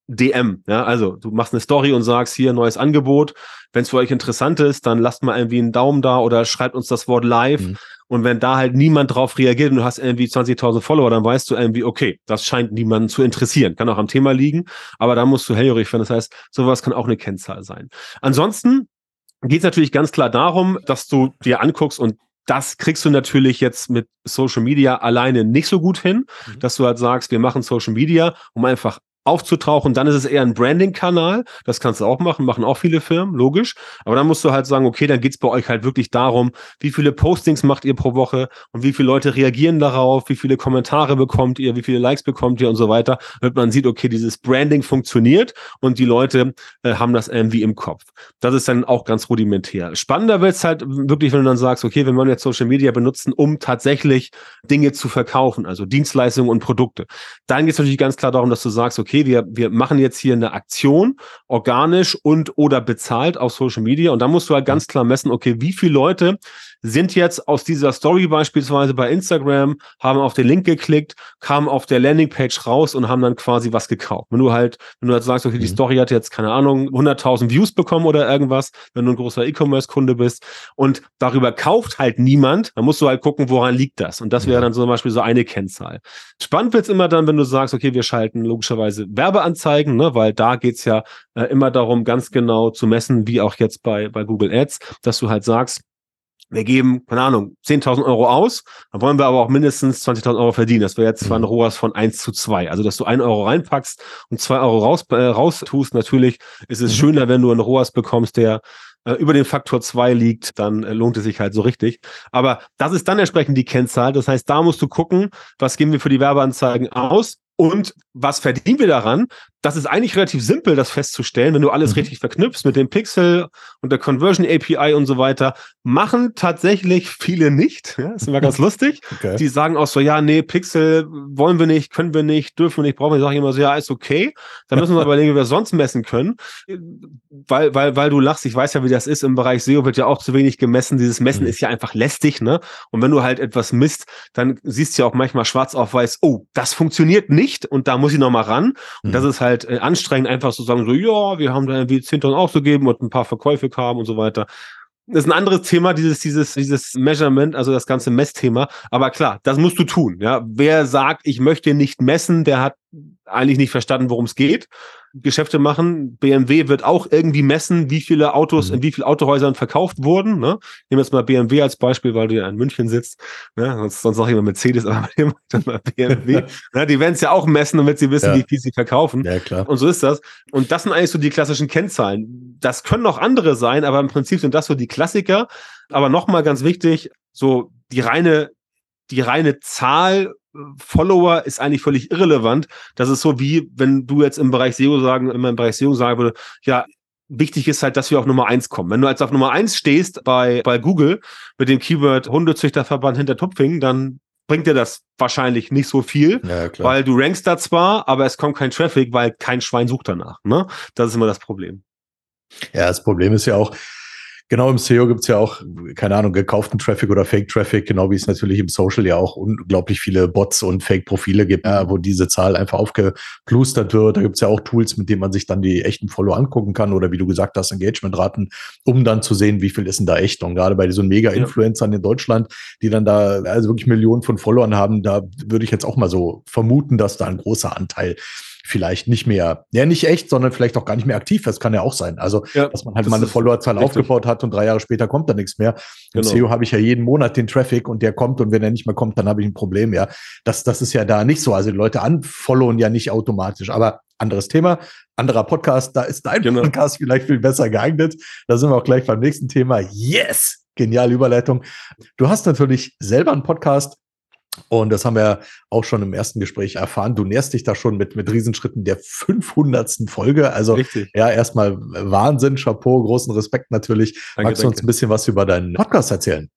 D M. Ja, also du machst eine Story und sagst, hier neues Angebot. Wenn es für euch interessant ist, dann lasst mal irgendwie einen Daumen da oder schreibt uns das Wort live. Mhm. Und wenn da halt niemand drauf reagiert und du hast irgendwie zwanzigtausend Follower, dann weißt du irgendwie, okay, das scheint niemanden zu interessieren. Kann auch am Thema liegen, aber da musst du hellhörig werden. Das heißt, sowas kann auch eine Kennzahl sein. Ansonsten geht es natürlich ganz klar darum, dass du dir anguckst, und das kriegst du natürlich jetzt mit Social Media alleine nicht so gut hin, mhm. dass du halt sagst, wir machen Social Media, um einfach aufzutauchen, dann ist es eher ein Branding-Kanal, das kannst du auch machen, machen auch viele Firmen, logisch, aber dann musst du halt sagen, okay, dann geht's bei euch halt wirklich darum, wie viele Postings macht ihr pro Woche und wie viele Leute reagieren darauf, wie viele Kommentare bekommt ihr, wie viele Likes bekommt ihr und so weiter, damit man sieht, okay, dieses Branding funktioniert und die Leute äh, haben das irgendwie im Kopf. Das ist dann auch ganz rudimentär. Spannender wird's halt wirklich, wenn du dann sagst, okay, wenn wir jetzt Social Media benutzen, um tatsächlich Dinge zu verkaufen, also Dienstleistungen und Produkte, dann geht's natürlich ganz klar darum, dass du sagst, okay, wir, wir machen jetzt hier eine Aktion, organisch und oder bezahlt auf Social Media, und dann musst du halt ganz klar messen, okay, wie viele Leute sind jetzt aus dieser Story beispielsweise bei Instagram, haben auf den Link geklickt, kamen auf der Landingpage raus und haben dann quasi was gekauft. Wenn du halt, wenn du halt sagst, okay, die Story hat jetzt, keine Ahnung, hunderttausend Views bekommen oder irgendwas, wenn du ein großer E-Commerce-Kunde bist und darüber kauft halt niemand, dann musst du halt gucken, woran liegt das? Und das wäre dann zum Beispiel so eine Kennzahl. Spannend wird's immer dann, wenn du sagst, okay, wir schalten logischerweise Werbeanzeigen, ne, weil da geht's ja äh, immer darum, ganz genau zu messen, wie auch jetzt bei, bei Google Ads, dass du halt sagst, wir geben, keine Ahnung, zehntausend Euro aus, dann wollen wir aber auch mindestens zwanzigtausend Euro verdienen. Das wäre jetzt zwar ein R O A S von eins zu zwei. Also, dass du einen Euro reinpackst und zwei Euro raus, äh, raus tust. Natürlich ist es mhm. schöner, wenn du einen R O A S bekommst, der äh, über den Faktor zwei liegt, dann äh, lohnt es sich halt so richtig. Aber das ist dann entsprechend die Kennzahl. Das heißt, da musst du gucken, was geben wir für die Werbeanzeigen aus und was verdienen wir daran. Das ist eigentlich relativ simpel, das festzustellen, wenn du alles mhm. richtig verknüpfst mit dem Pixel und der Conversion A P I und so weiter. Machen tatsächlich viele nicht. Ja, das ist immer ganz lustig. Okay. Die sagen auch so, ja, nee, Pixel wollen wir nicht, können wir nicht, dürfen wir nicht, brauchen wir. Ich sage immer so, ja, ist okay. Dann müssen wir mal überlegen, wie wir es sonst messen können. Weil, weil, weil du lachst, ich weiß ja, wie das ist. Im Bereich S E O wird ja auch zu wenig gemessen. Dieses Messen mhm. ist ja einfach lästig, ne? Und wenn du halt etwas misst, dann siehst du ja auch manchmal schwarz auf weiß, oh, das funktioniert nicht und da muss ich noch mal ran. Und mhm. das ist halt äh, anstrengend, einfach zu sagen, so, ja, wir haben da irgendwie zehntausend ausgegeben und ein paar Verkäufe kamen und so weiter. Das ist ein anderes Thema, dieses, dieses, dieses Measurement, also das ganze Messthema. Aber klar, das musst du tun, ja. Wer sagt, ich möchte nicht messen, der hat eigentlich nicht verstanden, worum es geht. Geschäfte machen. B M W wird auch irgendwie messen, wie viele Autos in wie vielen Autohäusern verkauft wurden. Ne? Nehmen wir jetzt mal B M W als Beispiel, weil du ja in München sitzt. Ne? Sonst, sonst sage ich immer Mercedes, aber immer B M W. Ne? Die werden es ja auch messen, damit sie wissen, ja. wie viel sie verkaufen. Ja, klar. Und so ist das. Und das sind eigentlich so die klassischen Kennzahlen. Das können noch andere sein, aber im Prinzip sind das so die Klassiker. Aber nochmal ganz wichtig, so die reine, die reine Zahl Follower ist eigentlich völlig irrelevant. Das ist so wie, wenn du jetzt im Bereich S E O sagen, immer im Bereich S E O sagen würde, ja, wichtig ist halt, dass wir auf Nummer eins kommen. Wenn du jetzt auf Nummer eins stehst bei, bei Google mit dem Keyword Hundezüchterverband Hintertupfingen, dann bringt dir das wahrscheinlich nicht so viel, ja, klar. weil du rankst da zwar, aber es kommt kein Traffic, weil kein Schwein sucht danach. Ne? Das ist immer das Problem. Ja, das Problem ist ja auch, genau, im S E O gibt's ja auch, keine Ahnung, gekauften Traffic oder Fake-Traffic, genau wie es natürlich im Social ja auch unglaublich viele Bots und Fake-Profile gibt, ja, wo diese Zahl einfach aufgeplustert wird. Da gibt's ja auch Tools, mit denen man sich dann die echten Follower angucken kann oder wie du gesagt hast, Engagement-Raten, um dann zu sehen, wie viel ist denn da echt. Und gerade bei diesen Mega-Influencern ja. in Deutschland, die dann da also wirklich Millionen von Followern haben, da würde ich jetzt auch mal so vermuten, dass da ein großer Anteil vielleicht nicht mehr, ja nicht echt, sondern vielleicht auch gar nicht mehr aktiv. Das kann ja auch sein. Also, ja, dass man halt das mal eine Followerzahl aufgebaut hat und drei Jahre später kommt da nichts mehr. Im genau. S E O habe ich ja jeden Monat den Traffic und der kommt und wenn er nicht mehr kommt, dann habe ich ein Problem. Ja, das, das ist ja da nicht so. Also die Leute unfollowen ja nicht automatisch. Aber anderes Thema, anderer Podcast. Da ist dein genau. Podcast vielleicht viel besser geeignet. Da sind wir auch gleich beim nächsten Thema. Yes! Geniale Überleitung. Du hast natürlich selber einen Podcast. Und das haben wir auch schon im ersten Gespräch erfahren. Du näherst dich da schon mit, mit Riesenschritten der fünfhundertsten Folge. Also, Richtig. ja, erstmal Wahnsinn, Chapeau, großen Respekt natürlich. Danke, Magst du uns danke. ein bisschen was über deinen Podcast erzählen?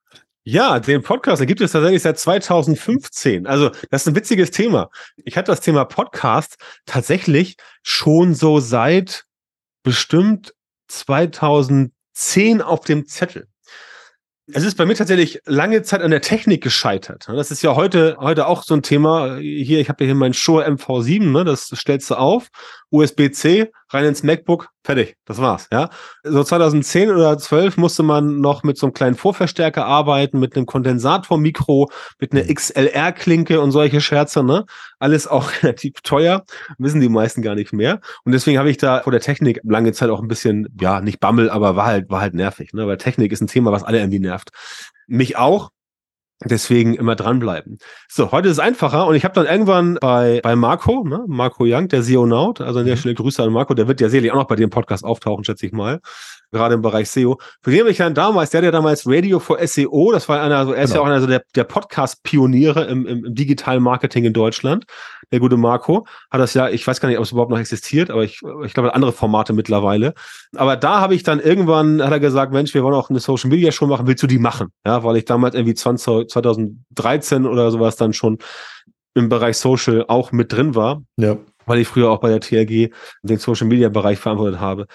Ja, den Podcast, den gibt es tatsächlich seit zweitausendfünfzehn. Also, das ist ein witziges Thema. Ich hatte das Thema Podcast tatsächlich schon so seit bestimmt zweitausendzehn auf dem Zettel. Es ist bei mir tatsächlich lange Zeit an der Technik gescheitert. Das ist ja heute, heute auch so ein Thema. Hier, ich habe ja hier meinen Shure M V sieben, ne, das stellst du auf, U S B C, rein ins MacBook, fertig, das war's, ja. So zweitausendzehn oder zwölf musste man noch mit so einem kleinen Vorverstärker arbeiten, mit einem Kondensatormikro, mit einer X L R-Klinke und solche Scherze, ne. Alles auch relativ teuer, wissen die meisten gar nicht mehr. Und deswegen habe ich da vor der Technik lange Zeit auch ein bisschen, ja, nicht Bammel, aber war halt, war halt nervig, ne, weil Technik ist ein Thema, was alle irgendwie nervt. Mich auch. Deswegen immer dranbleiben. So, heute ist es einfacher und ich habe dann irgendwann bei bei Marco, ne, Marco Young, der SEOnaut, also an der Stelle Grüße an Marco, der wird ja sicherlich auch noch bei dir im Podcast auftauchen, schätze ich mal, gerade im Bereich S E O. Für den habe ich dann damals, der hat ja damals Radio for S E O, das war einer, also er ist genau. ja auch einer der, der Podcast-Pioniere im, im, im digitalen Marketing in Deutschland. Der gute Marco hat das ja, ich weiß gar nicht, ob es überhaupt noch existiert, aber ich, ich glaube, andere Formate mittlerweile. Aber da habe ich dann irgendwann, hat er gesagt, Mensch, wir wollen auch eine Social-Media-Show machen, willst du die machen? Ja, weil ich damals irgendwie zwanzig, zweitausenddreizehn oder sowas dann schon im Bereich Social auch mit drin war. Ja. Weil ich früher auch bei der T R G den Social-Media-Bereich verantwortet habe.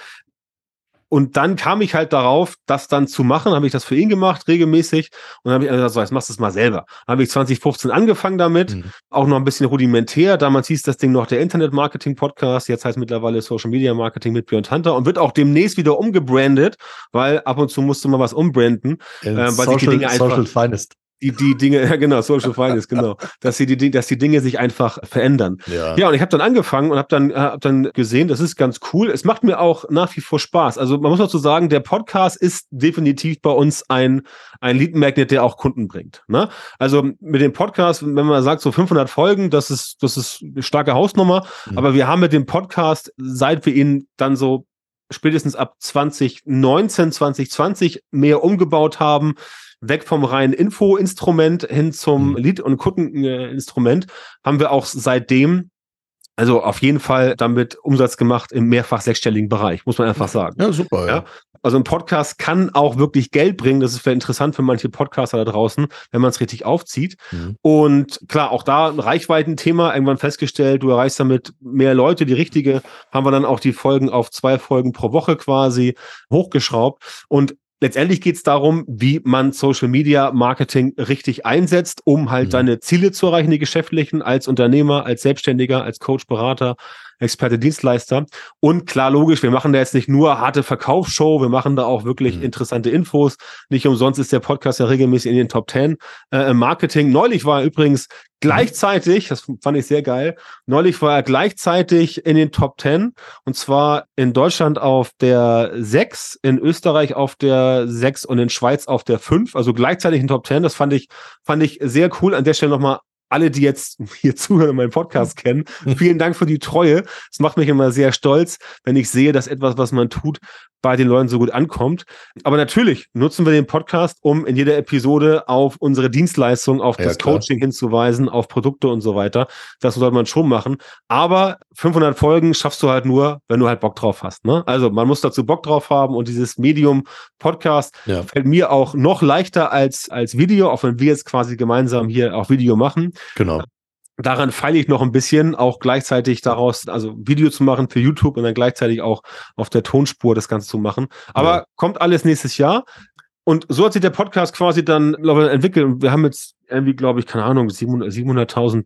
Und dann kam ich halt darauf, das dann zu machen, habe ich das für ihn gemacht, regelmäßig. Und dann habe ich gesagt, so, jetzt machst du es mal selber. Dann habe ich zwanzig fünfzehn angefangen damit, mhm. auch noch ein bisschen rudimentär. Damals hieß das Ding noch der Internet-Marketing-Podcast, jetzt heißt mittlerweile Social-Media-Marketing mit Björn Tanter und wird auch demnächst wieder umgebrandet, weil ab und zu musste man was umbranden. Äh, weil Social, sich die Dinge einfach, Social Finest. Die, die Dinge, ja genau, Social Finance, genau, dass sie die, dass die Dinge sich einfach verändern. Ja, ja und ich habe dann angefangen und habe dann, hab dann gesehen, das ist ganz cool. Es macht mir auch nach wie vor Spaß. Also man muss dazu sagen, der Podcast ist definitiv bei uns ein ein Lead Magnet, der auch Kunden bringt. Ne? Also mit dem Podcast, wenn man sagt so fünfhundert Folgen, das ist das ist eine starke Hausnummer. Mhm. Aber wir haben mit dem Podcast, seit wir ihn dann so spätestens ab zwanzig neunzehn, zwanzig zwanzig mehr umgebaut haben, weg vom reinen Info-Instrument hin zum Lead- und Kundeninstrument, haben wir auch seitdem, also auf jeden Fall damit Umsatz gemacht im mehrfach sechsstelligen Bereich, muss man einfach sagen. Ja, super. Ja. Ja? Also ein Podcast kann auch wirklich Geld bringen. Das ist vielleicht interessant für manche Podcaster da draußen, wenn man es richtig aufzieht. Mhm. Und klar, auch da ein Reichweitenthema, irgendwann festgestellt, du erreichst damit mehr Leute. Die richtige, haben wir dann auch die Folgen auf zwei Folgen pro Woche quasi hochgeschraubt. Und letztendlich geht es darum, wie man Social Media Marketing richtig einsetzt, um halt mhm. seine Ziele zu erreichen, die geschäftlichen, als Unternehmer, als Selbstständiger, als Coach, Berater, Experte, Dienstleister. Und klar, logisch, wir machen da jetzt nicht nur harte Verkaufsshow, wir machen da auch wirklich mhm. interessante Infos. Nicht umsonst ist der Podcast ja regelmäßig in den Top Ten äh, im Marketing. Neulich war er übrigens gleichzeitig, das fand ich sehr geil, neulich war er gleichzeitig in den Top Ten und zwar in Deutschland auf der sechs, in Österreich auf der sechs und in Schweiz auf der fünf, also gleichzeitig in Top Ten. Das fand ich, fand ich sehr cool. An der Stelle nochmal alle, die jetzt hier zuhören und meinen Podcast kennen, vielen Dank für die Treue. Es macht mich immer sehr stolz, wenn ich sehe, dass etwas, was man tut, bei den Leuten so gut ankommt. Aber natürlich nutzen wir den Podcast, um in jeder Episode auf unsere Dienstleistung, auf ja, das klar. Coaching hinzuweisen, auf Produkte und so weiter. Das sollte man schon machen. Aber fünfhundert Folgen schaffst du halt nur, wenn du halt Bock drauf hast. Ne? Also man muss dazu Bock drauf haben und dieses Medium Podcast ja. fällt mir auch noch leichter als, als Video, auch wenn wir jetzt quasi gemeinsam hier auch Video machen. Genau. Daran feile ich noch ein bisschen, auch gleichzeitig daraus, also Video zu machen für YouTube und dann gleichzeitig auch auf der Tonspur das Ganze zu machen. Aber ja. kommt alles nächstes Jahr. Und so hat sich der Podcast quasi dann, glaube ich, entwickelt. Und wir haben jetzt irgendwie, glaube ich, keine Ahnung, siebenhunderttausend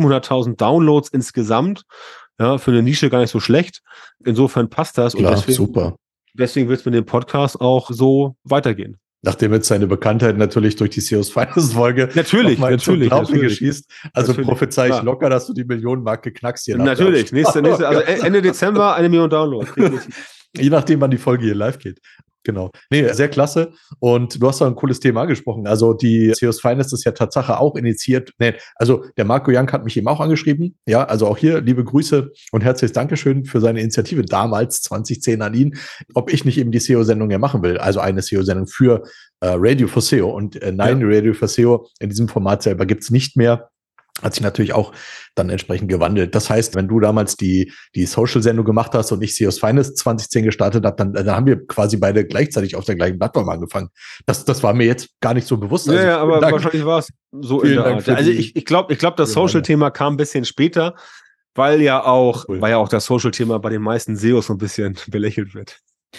Downloads insgesamt. Ja, für eine Nische gar nicht so schlecht. Insofern passt das. Klar, und deswegen, super. Deswegen wird es mit dem Podcast auch so weitergehen. Nachdem jetzt seine Bekanntheit natürlich durch die S E O's Finest Folge natürlich, natürlich, natürlich schießt. Also prophezei ich locker, dass du die Millionenmarke knackst hier. Natürlich, nächste, nächste, also Ende Dezember eine Million Downloads. Je nachdem, wann die Folge hier live geht. Genau. Nee, sehr klasse. Und du hast da ein cooles Thema angesprochen. Also die S E O's Finest ist ja Tatsache auch initiiert. Nee, also der Marco Young hat mich eben auch angeschrieben. Ja, also auch hier liebe Grüße und herzliches Dankeschön für seine Initiative damals zwanzig zehn an ihn, ob ich nicht eben die S E O-Sendung ja machen will. Also eine S E O-Sendung für äh, Radio for S E O. Und äh, nein, ja. Radio for S E O in diesem Format selber gibt's nicht mehr. Hat sich natürlich auch dann entsprechend gewandelt. Das heißt, wenn du damals die die Social-Sendung gemacht hast und ich S E O's Finest zwanzig zehn gestartet habe, dann, dann haben wir quasi beide gleichzeitig auf der gleichen Plattform angefangen. Das, das war mir jetzt gar nicht so bewusst. Ja, also, ja aber Dank. Wahrscheinlich war es so in der Art. Also ich, ich glaube, ich glaube, das Social-Thema kam ein bisschen später, weil ja auch, cool. weil ja auch das Social-Thema bei den meisten S E Os so ein bisschen belächelt wird.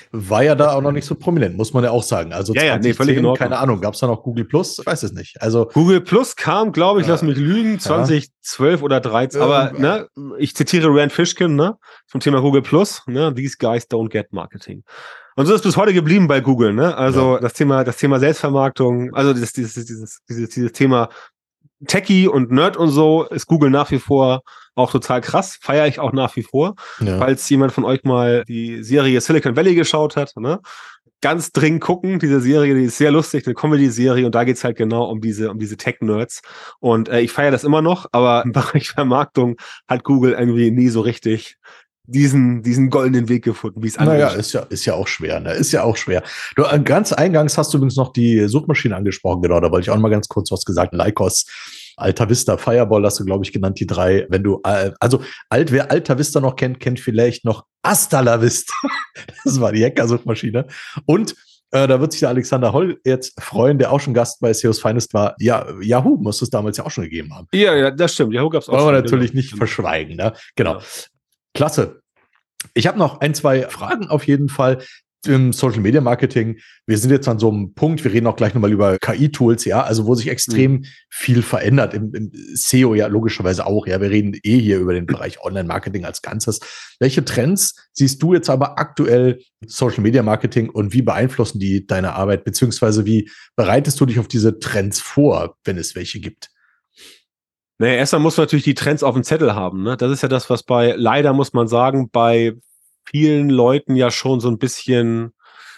war ja da auch noch nicht so prominent, muss man ja auch sagen. Also ja, ja, nee, völlig in Ordnung. Keine Ahnung, gab es da noch Google Plus? Ich weiß es nicht. Also Google Plus kam, glaube ich, äh, lass mich lügen, zwanzig zwölf ja. oder dreizehn. Aber ähm, ne, ich zitiere Rand Fishkin, ne, zum Thema Google Plus, ne, these guys don't get marketing. Und so ist bis heute geblieben bei Google, ne? Also ja. das Thema, das Thema Selbstvermarktung, also dieses, dieses, dieses, dieses, dieses Thema Techie und Nerd und so ist Google nach wie vor auch total krass, feiere ich auch nach wie vor. Ja. Falls jemand von euch mal die Serie Silicon Valley geschaut hat, ne? Ganz dringend gucken, diese Serie, die ist sehr lustig, eine Comedy-Serie und da geht's halt genau um diese um diese Tech-Nerds und äh, ich feiere das immer noch, aber im Bereich Vermarktung hat Google irgendwie nie so richtig diesen diesen goldenen Weg gefunden, wie es andere. Naja, ist ja ist ja auch schwer, ne? Ist ja auch schwer. Du, ganz eingangs hast du übrigens noch die Suchmaschine angesprochen, genau, da wollte ich auch noch mal ganz kurz was gesagt. Lycos, Alta Vista, Fireball hast du, glaube ich, genannt, die drei. Wenn du, also alt, wer Alta Vista noch kennt, kennt vielleicht noch Hasta la Vista. Das war die Hacker-Suchmaschine. Und äh, da wird sich der Alexander Holl jetzt freuen, der auch schon Gast bei S E O's Finest war. Ja, Yahoo muss es damals ja auch schon gegeben haben. Ja, ja, das stimmt. Yahoo gab es auch Wollen schon. wir natürlich genau. nicht verschweigen, ne? Genau. Ja. Klasse. Ich habe noch ein, zwei Fragen auf jeden Fall im Social Media Marketing. Wir sind jetzt an so einem Punkt, wir reden auch gleich nochmal über K I-Tools, ja, also wo sich extrem mhm. viel verändert. Im, im S E O ja logischerweise auch, ja. Wir reden eh hier über den Bereich Online-Marketing als Ganzes. Welche Trends siehst du jetzt aber aktuell Social Media Marketing und wie beeinflussen die deine Arbeit, beziehungsweise wie bereitest du dich auf diese Trends vor, wenn es welche gibt? Naja, erstmal muss man natürlich die Trends auf dem Zettel haben, ne? Das ist ja das, was bei, leider muss man sagen, bei vielen Leuten ja schon so ein bisschen,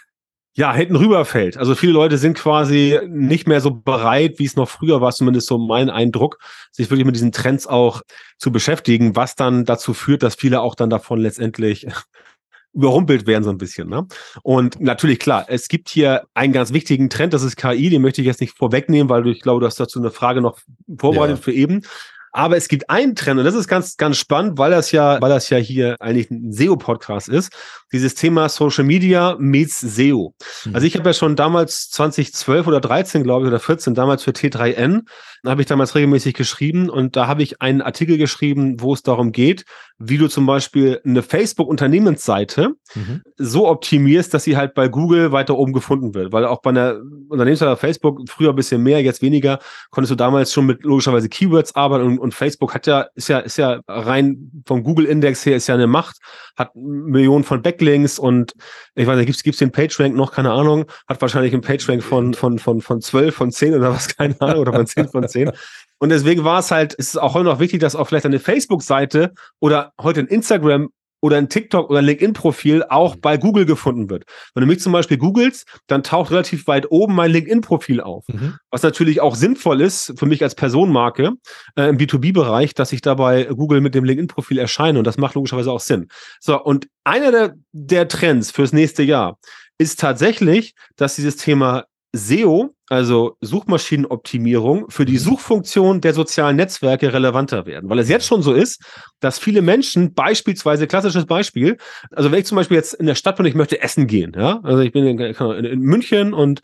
ja, hinten rüberfällt. Also viele Leute sind quasi nicht mehr so bereit, wie es noch früher war, zumindest so mein Eindruck, sich wirklich mit diesen Trends auch zu beschäftigen, was dann dazu führt, dass viele auch dann davon letztendlich überrumpelt werden so ein bisschen, ne? Und natürlich, klar, es gibt hier einen ganz wichtigen Trend, das ist K I, den möchte ich jetzt nicht vorwegnehmen, weil du, ich glaube, du hast dazu eine Frage noch vorbereitet ja. für eben. Aber es gibt einen Trend, und das ist ganz, ganz spannend, weil das ja, weil das ja hier eigentlich ein S E O-Podcast ist, dieses Thema Social Media meets S E O. Mhm. Also ich habe ja schon damals zwanzig zwölf oder dreizehn, glaube ich, oder vierzehn, damals für T drei N, da habe ich damals regelmäßig geschrieben und da habe ich einen Artikel geschrieben, wo es darum geht, wie du zum Beispiel eine Facebook-Unternehmensseite mhm. so optimierst, dass sie halt bei Google weiter oben gefunden wird. Weil auch bei einer Unternehmensseite auf Facebook, früher ein bisschen mehr, jetzt weniger, konntest du damals schon mit logischerweise Keywords arbeiten und, und Facebook hat ja, ist ja, ist ja rein vom Google-Index her ist ja eine Macht, hat Millionen von Backlinks und ich weiß nicht, gibt's, gibt's den PageRank noch, keine Ahnung, hat wahrscheinlich einen PageRank von, von, von, von zwölf, von zehn oder was, keine Ahnung, oder von zehn von zehn. Und deswegen war es halt, ist es auch heute noch wichtig, dass auch vielleicht eine Facebook-Seite oder heute ein Instagram oder ein TikTok oder ein LinkedIn-Profil auch bei Google gefunden wird. Wenn du mich zum Beispiel googelst, dann taucht relativ weit oben mein LinkedIn-Profil auf. Mhm. Was natürlich auch sinnvoll ist für mich als Personenmarke äh, im B zwei B-Bereich, dass ich da bei Google mit dem LinkedIn-Profil erscheine. Und das macht logischerweise auch Sinn. So, und einer der, der Trends fürs nächste Jahr ist tatsächlich, dass dieses Thema S E O, also Suchmaschinenoptimierung, für die Suchfunktion der sozialen Netzwerke relevanter werden. Weil es jetzt schon so ist, dass viele Menschen beispielsweise, klassisches Beispiel, also wenn ich zum Beispiel jetzt in der Stadt bin, ich möchte essen gehen, ja, also ich bin in, in, in München und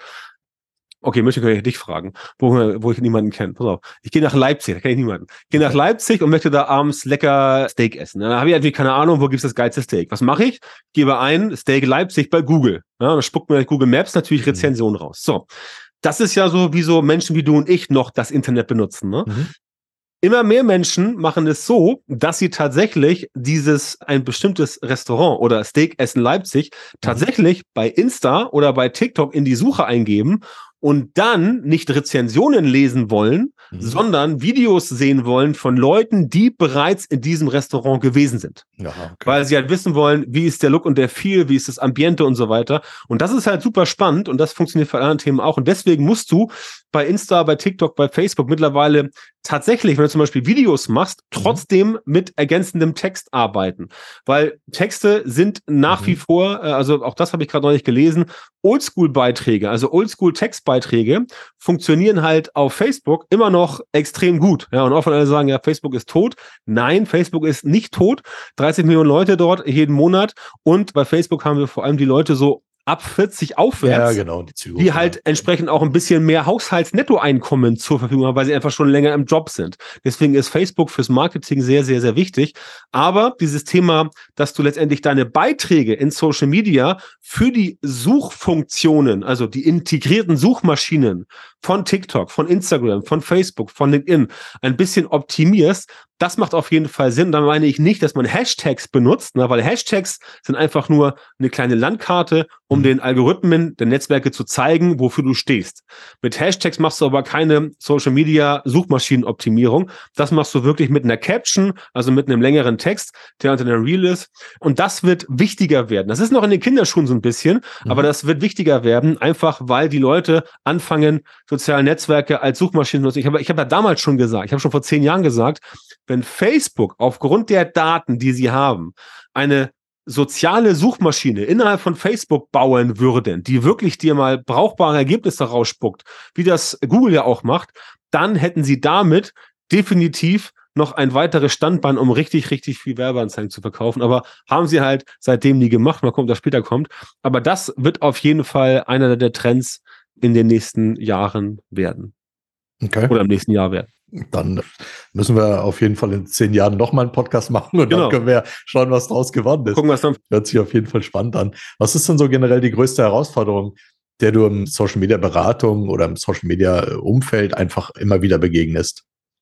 okay, München kann ich dich fragen, wo, wo ich niemanden kenne. Pass auf, ich gehe nach Leipzig, da kenne ich niemanden. Ich gehe nach Leipzig und möchte da abends lecker Steak essen. Da habe ich natürlich keine Ahnung, wo gibt's das geilste Steak. Was mache ich? Ich gebe ein Steak Leipzig bei Google. Ja, da spuckt mir Google Maps natürlich Rezensionen mhm. raus. So, das ist ja so, wie so Menschen wie du und ich noch das Internet benutzen. Ne? Mhm. Immer mehr Menschen machen es so, dass sie tatsächlich dieses, ein bestimmtes Restaurant oder Steakessen Leipzig tatsächlich mhm. bei Insta oder bei TikTok in die Suche eingeben und dann nicht Rezensionen lesen wollen, mhm. sondern Videos sehen wollen von Leuten, die bereits in diesem Restaurant gewesen sind. Ja, okay. Weil sie halt wissen wollen, wie ist der Look und der Feel, wie ist das Ambiente und so weiter. Und das ist halt super spannend und das funktioniert für andere Themen auch. Und deswegen musst du bei Insta, bei TikTok, bei Facebook mittlerweile tatsächlich, wenn du zum Beispiel Videos machst, trotzdem mhm. mit ergänzendem Text arbeiten. Weil Texte sind nach mhm. wie vor, also auch das habe ich gerade neulich gelesen, Oldschool-Beiträge, also Oldschool-Textbeiträge funktionieren halt auf Facebook immer noch extrem gut. Ja, und auch wenn alle sagen, ja, Facebook ist tot. Nein, Facebook ist nicht tot. dreißig Millionen Leute dort jeden Monat. Und bei Facebook haben wir vor allem die Leute so ab vierzig aufwärts, ja, genau, die, Züge, die halt ja. entsprechend auch ein bisschen mehr Haushaltsnettoeinkommen zur Verfügung haben, weil sie einfach schon länger im Job sind. Deswegen ist Facebook fürs Marketing sehr, sehr, sehr wichtig. Aber dieses Thema, dass du letztendlich deine Beiträge in Social Media für die Suchfunktionen, also die integrierten Suchmaschinen von TikTok, von Instagram, von Facebook, von LinkedIn ein bisschen optimierst, das macht auf jeden Fall Sinn. Da meine ich nicht, dass man Hashtags benutzt, ne, weil Hashtags sind einfach nur eine kleine Landkarte, um mhm. den Algorithmen der Netzwerke zu zeigen, wofür du stehst. Mit Hashtags machst du aber keine Social-Media-Suchmaschinenoptimierung. Das machst du wirklich mit einer Caption, also mit einem längeren Text, der unter einer Reel ist. Und das wird wichtiger werden. Das ist noch in den Kinderschuhen so ein bisschen, mhm. aber das wird wichtiger werden, einfach weil die Leute anfangen, soziale Netzwerke als Suchmaschinen zu nutzen. Ich habe ich hab ja damals schon gesagt, ich habe schon vor zehn Jahren gesagt, wenn Facebook aufgrund der Daten, die sie haben, eine soziale Suchmaschine innerhalb von Facebook bauen würden, die wirklich dir mal brauchbare Ergebnisse rausspuckt, wie das Google ja auch macht, dann hätten sie damit definitiv noch ein weiteres Standbein, um richtig, richtig viel Werbeanzeigen zu verkaufen. Aber haben sie halt seitdem nie gemacht. Mal gucken, ob das später kommt. Aber das wird auf jeden Fall einer der Trends in den nächsten Jahren werden. Okay. Oder im nächsten Jahr werden. Dann müssen wir auf jeden Fall in zehn Jahren nochmal einen Podcast machen und genau. dann können wir schauen, was draus geworden ist. Gucken, was dann. Hört sich auf jeden Fall spannend an. Was ist denn so generell die größte Herausforderung, der du im Social Media Beratung oder im Social Media Umfeld einfach immer wieder begegnest?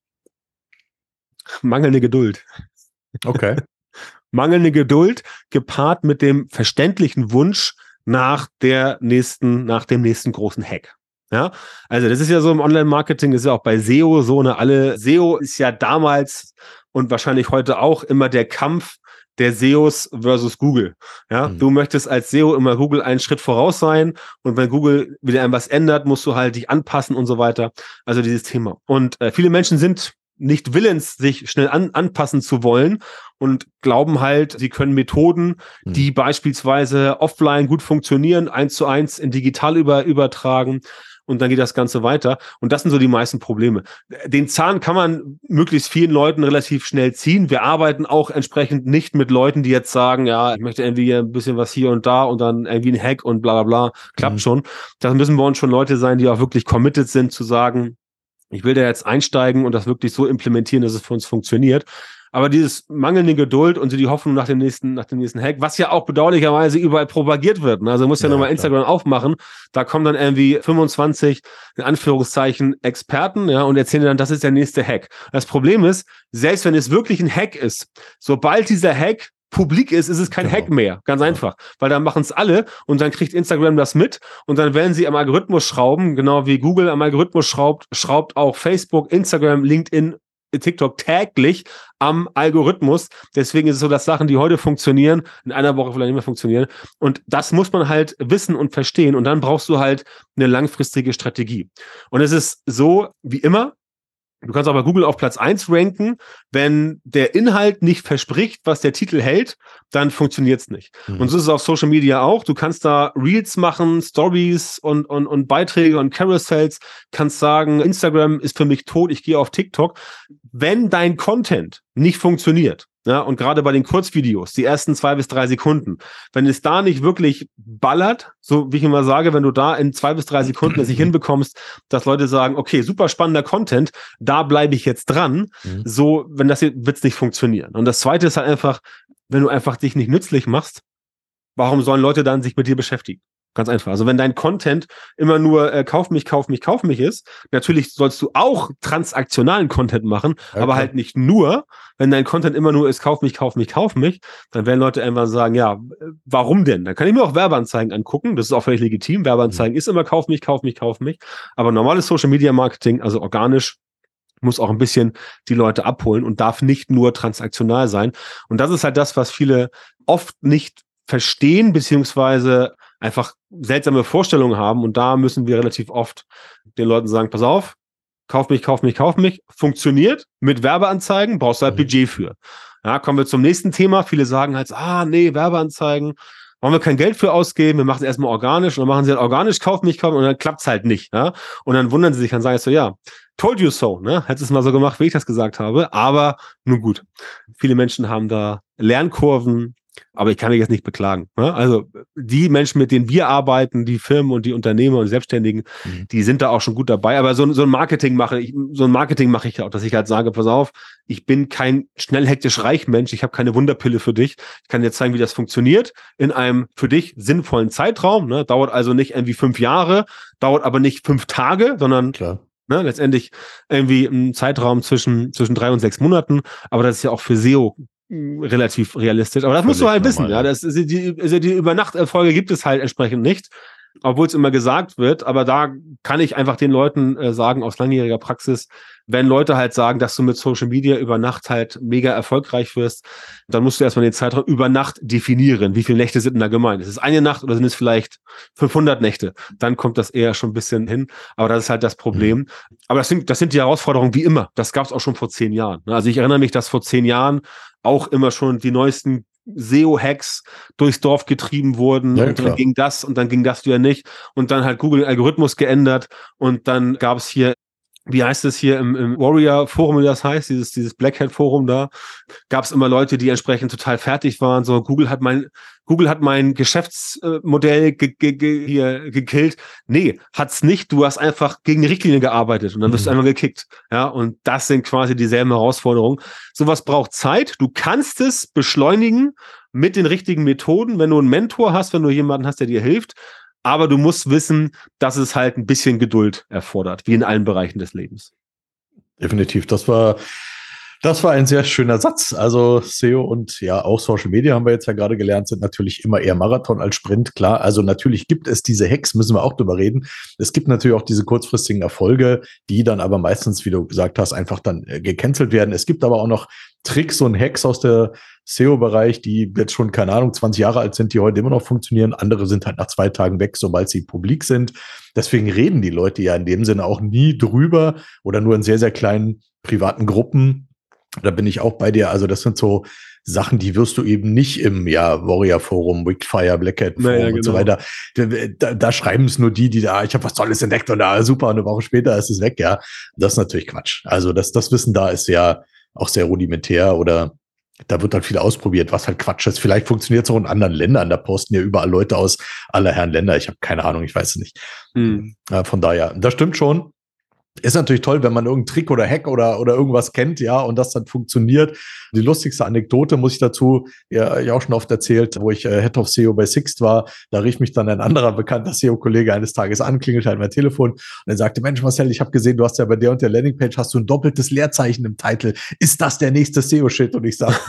Mangelnde Geduld. Okay. Mangelnde Geduld gepaart mit dem verständlichen Wunsch nach der nächsten, nach dem nächsten großen Hack. Ja, also das ist ja so im Online-Marketing, ist ja auch bei S E O so, ne, alle, S E O ist ja damals und wahrscheinlich heute auch immer der Kampf der S E Os versus Google. Ja, mhm. du möchtest als S E O immer Google einen Schritt voraus sein und wenn Google wieder etwas ändert, musst du halt dich anpassen und so weiter. Also dieses Thema. Und äh, viele Menschen sind nicht willens, sich schnell an, anpassen zu wollen und glauben halt, sie können Methoden, mhm. die beispielsweise offline gut funktionieren, eins zu eins in digital über, übertragen. Und dann geht das Ganze weiter. Und das sind so die meisten Probleme. Den Zahn kann man möglichst vielen Leuten relativ schnell ziehen. Wir arbeiten auch entsprechend nicht mit Leuten, die jetzt sagen, ja, ich möchte irgendwie ein bisschen was hier und da und dann irgendwie ein Hack und bla bla bla. Klappt mhm. schon. Da müssen wir uns schon Leute sein, die auch wirklich committed sind zu sagen, ich will da jetzt einsteigen und das wirklich so implementieren, dass es für uns funktioniert. Aber dieses mangelnde Geduld und so die Hoffnung nach dem nächsten, nach dem nächsten Hack, was ja auch bedauerlicherweise überall propagiert wird. Ne? Also du musst ja, ja nochmal Instagram aufmachen. Da kommen dann irgendwie fünfundzwanzig, in Anführungszeichen, Experten, ja, und erzählen dann, das ist der nächste Hack. Das Problem ist, selbst wenn es wirklich ein Hack ist, sobald dieser Hack publik ist, ist es kein genau. Hack mehr. Ganz einfach. Weil dann machen es alle und dann kriegt Instagram das mit und dann werden sie am Algorithmus schrauben, genau wie Google am Algorithmus schraubt, schraubt auch Facebook, Instagram, LinkedIn, TikTok täglich am Algorithmus. Deswegen ist es so, dass Sachen, die heute funktionieren, in einer Woche vielleicht nicht mehr funktionieren. Und das muss man halt wissen und verstehen. Und dann brauchst du halt eine langfristige Strategie. Und es ist so, wie immer, du kannst auch bei Google auf Platz eins ranken. Wenn der Inhalt nicht verspricht, was der Titel hält, dann funktioniert es nicht. Mhm. Und so ist es auf Social Media auch. Du kannst da Reels machen, Stories und, und, und Beiträge und Carousels. Kannst sagen, Instagram ist für mich tot, ich gehe auf TikTok. Wenn dein Content nicht funktioniert, ja, und gerade bei den Kurzvideos, die ersten zwei bis drei Sekunden, wenn es da nicht wirklich ballert, so wie ich immer sage, wenn du da in zwei bis drei Sekunden es nicht hinbekommst, dass Leute sagen, okay, super spannender Content, da bleibe ich jetzt dran, mhm. so, wenn das wird es nicht funktionieren. Und das Zweite ist halt einfach, wenn du einfach dich nicht nützlich machst, warum sollen Leute dann sich mit dir beschäftigen? Ganz einfach. Also wenn dein Content immer nur äh, kauf mich, kauf mich, kauf mich ist, natürlich sollst du auch transaktionalen Content machen, okay. aber halt nicht nur. Wenn dein Content immer nur ist, kauf mich, kauf mich, kauf mich, dann werden Leute irgendwann sagen, ja, warum denn? Dann kann ich mir auch Werbeanzeigen angucken. Das ist auch völlig legitim. Werbeanzeigen mhm. ist immer kauf mich, kauf mich, kauf mich. Aber normales Social Media Marketing, also organisch, muss auch ein bisschen die Leute abholen und darf nicht nur transaktional sein. Und das ist halt das, was viele oft nicht verstehen, beziehungsweise einfach seltsame Vorstellungen haben. Und da müssen wir relativ oft den Leuten sagen, pass auf, kauf mich, kauf mich, kauf mich. Funktioniert mit Werbeanzeigen, brauchst du halt Budget für. Ja, kommen wir zum nächsten Thema. Viele sagen halt, ah, nee, Werbeanzeigen, wollen wir kein Geld für ausgeben, wir machen es erstmal organisch und dann machen sie halt organisch, kauf mich, kauf mich und dann klappt es halt nicht. Ja? Und dann wundern sie sich, dann sagen sie so, ja, told you so, ne? Hättest es mal so gemacht, wie ich das gesagt habe, aber nun gut. Viele Menschen haben da Lernkurven Aber ich kann mich jetzt nicht beklagen. Ne? Also die Menschen, mit denen wir arbeiten, die Firmen und die Unternehmer und Selbstständigen, mhm. die sind da auch schon gut dabei. Aber so, so ein Marketing mache ich, so ein Marketing mache ich ja auch, dass ich halt sage, pass auf, ich bin kein schnell hektisch reich Mensch, ich habe keine Wunderpille für dich. Ich kann dir zeigen, wie das funktioniert in einem für dich sinnvollen Zeitraum. Ne? Dauert also nicht irgendwie fünf Jahre, dauert aber nicht fünf Tage, sondern Klar. Ne, letztendlich irgendwie ein Zeitraum zwischen, zwischen drei und sechs Monaten. Aber das ist ja auch für S E O relativ realistisch. Aber das Völlig musst du halt normal, wissen. Ja, das ist die, also die Übernachterfolge gibt es halt entsprechend nicht, obwohl es immer gesagt wird. Aber da kann ich einfach den Leuten äh, sagen, aus langjähriger Praxis, wenn Leute halt sagen, dass du mit Social Media über Nacht halt mega erfolgreich wirst, dann musst du erstmal den Zeitraum über Nacht definieren. Wie viele Nächte sind denn da gemeint? Ist es eine Nacht oder sind es vielleicht fünfhundert Nächte? Dann kommt das eher schon ein bisschen hin. Aber das ist halt das Problem. Mhm. Aber das sind, das sind die Herausforderungen wie immer. Das gab es auch schon vor zehn Jahren. Also ich erinnere mich, dass vor zehn Jahren auch immer schon die neuesten S E O-Hacks durchs Dorf getrieben wurden, ja, und dann klar. ging das und dann ging das wieder nicht und dann hat Google den Algorithmus geändert und dann gab es hier, wie heißt es hier im, im Warrior-Forum, wie das heißt, dieses, dieses Black Hat-Forum da, gab es immer Leute, die entsprechend total fertig waren, so Google hat mein Google hat mein Geschäftsmodell ge- ge- ge- hier gekillt. Nee, hat's nicht. Du hast einfach gegen die Richtlinie gearbeitet und dann wirst mhm. du einfach gekickt. Ja, und das sind quasi dieselben Herausforderungen. Sowas braucht Zeit. Du kannst es beschleunigen mit den richtigen Methoden, wenn du einen Mentor hast, wenn du jemanden hast, der dir hilft. Aber du musst wissen, dass es halt ein bisschen Geduld erfordert, wie in allen Bereichen des Lebens. Definitiv. Das war Das war ein sehr schöner Satz. Also S E O und ja auch Social Media haben wir jetzt ja gerade gelernt, sind natürlich immer eher Marathon als Sprint. Klar, also natürlich gibt es diese Hacks, müssen wir auch drüber reden. Es gibt natürlich auch diese kurzfristigen Erfolge, die dann aber meistens, wie du gesagt hast, einfach dann äh, gecancelt werden. Es gibt aber auch noch Tricks und Hacks aus der S E O-Bereich, die jetzt schon, keine Ahnung, zwanzig Jahre alt sind, die heute immer noch funktionieren. Andere sind halt nach zwei Tagen weg, sobald sie publik sind. Deswegen reden die Leute ja in dem Sinne auch nie drüber oder nur in sehr, sehr kleinen privaten Gruppen. Da bin ich auch bei dir. Also das sind so Sachen, die wirst du eben nicht im ja, Warrior-Forum, Wikifire, Black Hat Forum naja, und genau. so weiter. Da, da schreiben es nur die, die da, ich habe was Tolles entdeckt und da super, und eine Woche später ist es weg. Ja, das ist natürlich Quatsch. Also das, das Wissen da ist ja auch sehr rudimentär oder da wird dann viel ausprobiert, was halt Quatsch ist. Vielleicht funktioniert es auch in anderen Ländern. Da posten ja überall Leute aus aller Herren Länder. Ich habe keine Ahnung, ich weiß es nicht. Hm. Ja, von daher, das stimmt schon. Ist natürlich toll, wenn man irgendeinen Trick oder Hack oder, oder irgendwas kennt, ja, und das dann funktioniert. Die lustigste Anekdote muss ich dazu, ja, ich auch schon oft erzählt, wo ich äh, Head of S E O bei Sixt war, da rief mich dann ein anderer bekannter S E O-Kollege eines Tages an, klingelt halt mein Telefon und er sagte, Mensch, Marcel, ich habe gesehen, du hast ja bei der und der Landingpage, hast du ein doppeltes Leerzeichen im Titel. Ist das der nächste S E O-Shit? Und ich sag,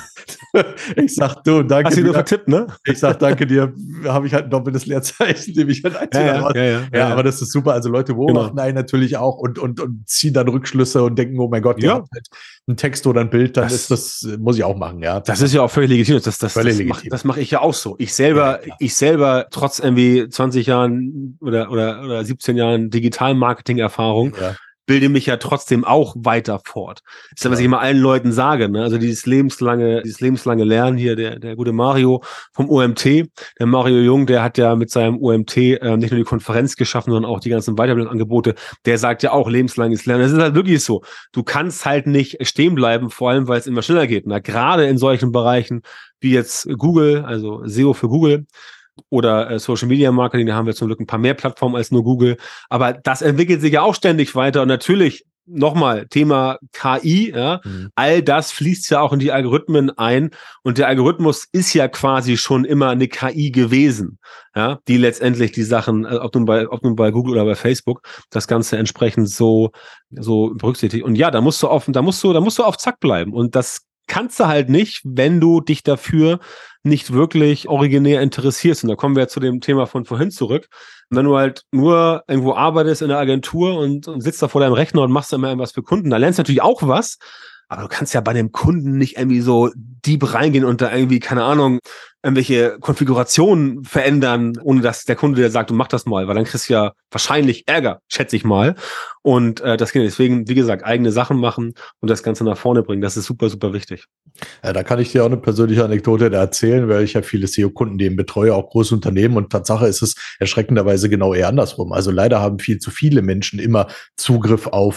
ich sag, du, danke hast dir. Hast du nur vertippt, ne? Ich sag, danke dir, habe ich halt ein doppeltes Leerzeichen, nehme ich halt ein. Ja, ja, ja, ja, ja, aber das ist super. Also Leute beobachten genau. einen natürlich auch und, und, und ziehen dann Rückschlüsse und denken, oh mein Gott, der ja. hat halt einen Text oder ein Bild, dann das, ist das, muss ich auch machen, ja. Das ist ja auch völlig legitim. Das, das, völlig das legitim. Mach, das mache ich ja auch so. Ich selber, ja, ich selber, trotz irgendwie zwanzig Jahren oder, oder, oder siebzehn Jahren Digital-Marketing-Erfahrung, ja. bilde mich ja trotzdem auch weiter fort. Das ist ja, was ich immer allen Leuten sage, ne? Also dieses lebenslange, dieses lebenslange Lernen hier, der, der gute Mario vom O M T, der Mario Jung, der hat ja mit seinem O M T äh, nicht nur die Konferenz geschaffen, sondern auch die ganzen Weiterbildungsangebote. Der sagt ja auch lebenslanges Lernen. Das ist halt wirklich so. Du kannst halt nicht stehen bleiben, vor allem, weil es immer schneller geht. Na, gerade in solchen Bereichen wie jetzt Google, also S E O für Google, oder äh, Social Media Marketing, da haben wir zum Glück ein paar mehr Plattformen als nur Google. Aber das entwickelt sich ja auch ständig weiter. Und natürlich, nochmal, Thema K I, ja, mhm. all das fließt ja auch in die Algorithmen ein. Und der Algorithmus ist ja quasi schon immer eine K I gewesen, ja, die letztendlich die Sachen, ob nun bei, ob nun bei Google oder bei Facebook, das Ganze entsprechend so, so berücksichtigt. Und ja, da musst du auf, da musst du, da musst du auf Zack bleiben. Und das kannst du halt nicht, wenn du dich dafür nicht wirklich originär interessierst. Und da kommen wir ja zu dem Thema von vorhin zurück. Wenn du halt nur irgendwo arbeitest in der Agentur und, und sitzt da vor deinem Rechner und machst immer irgendwas für Kunden, da lernst du natürlich auch was, aber du kannst ja bei dem Kunden nicht irgendwie so deep reingehen und da irgendwie, keine Ahnung, irgendwelche Konfigurationen verändern, ohne dass der Kunde dir sagt, du mach das mal, weil dann kriegst du ja wahrscheinlich Ärger, schätze ich mal. Und äh, das geht deswegen, wie gesagt, eigene Sachen machen und das Ganze nach vorne bringen. Das ist super, super wichtig. Ja, da kann ich dir auch eine persönliche Anekdote erzählen, weil ich habe viele S E O-Kunden, die eben betreue, auch große Unternehmen. Und Tatsache ist es erschreckenderweise genau eher andersrum. Also leider haben viel zu viele Menschen immer Zugriff auf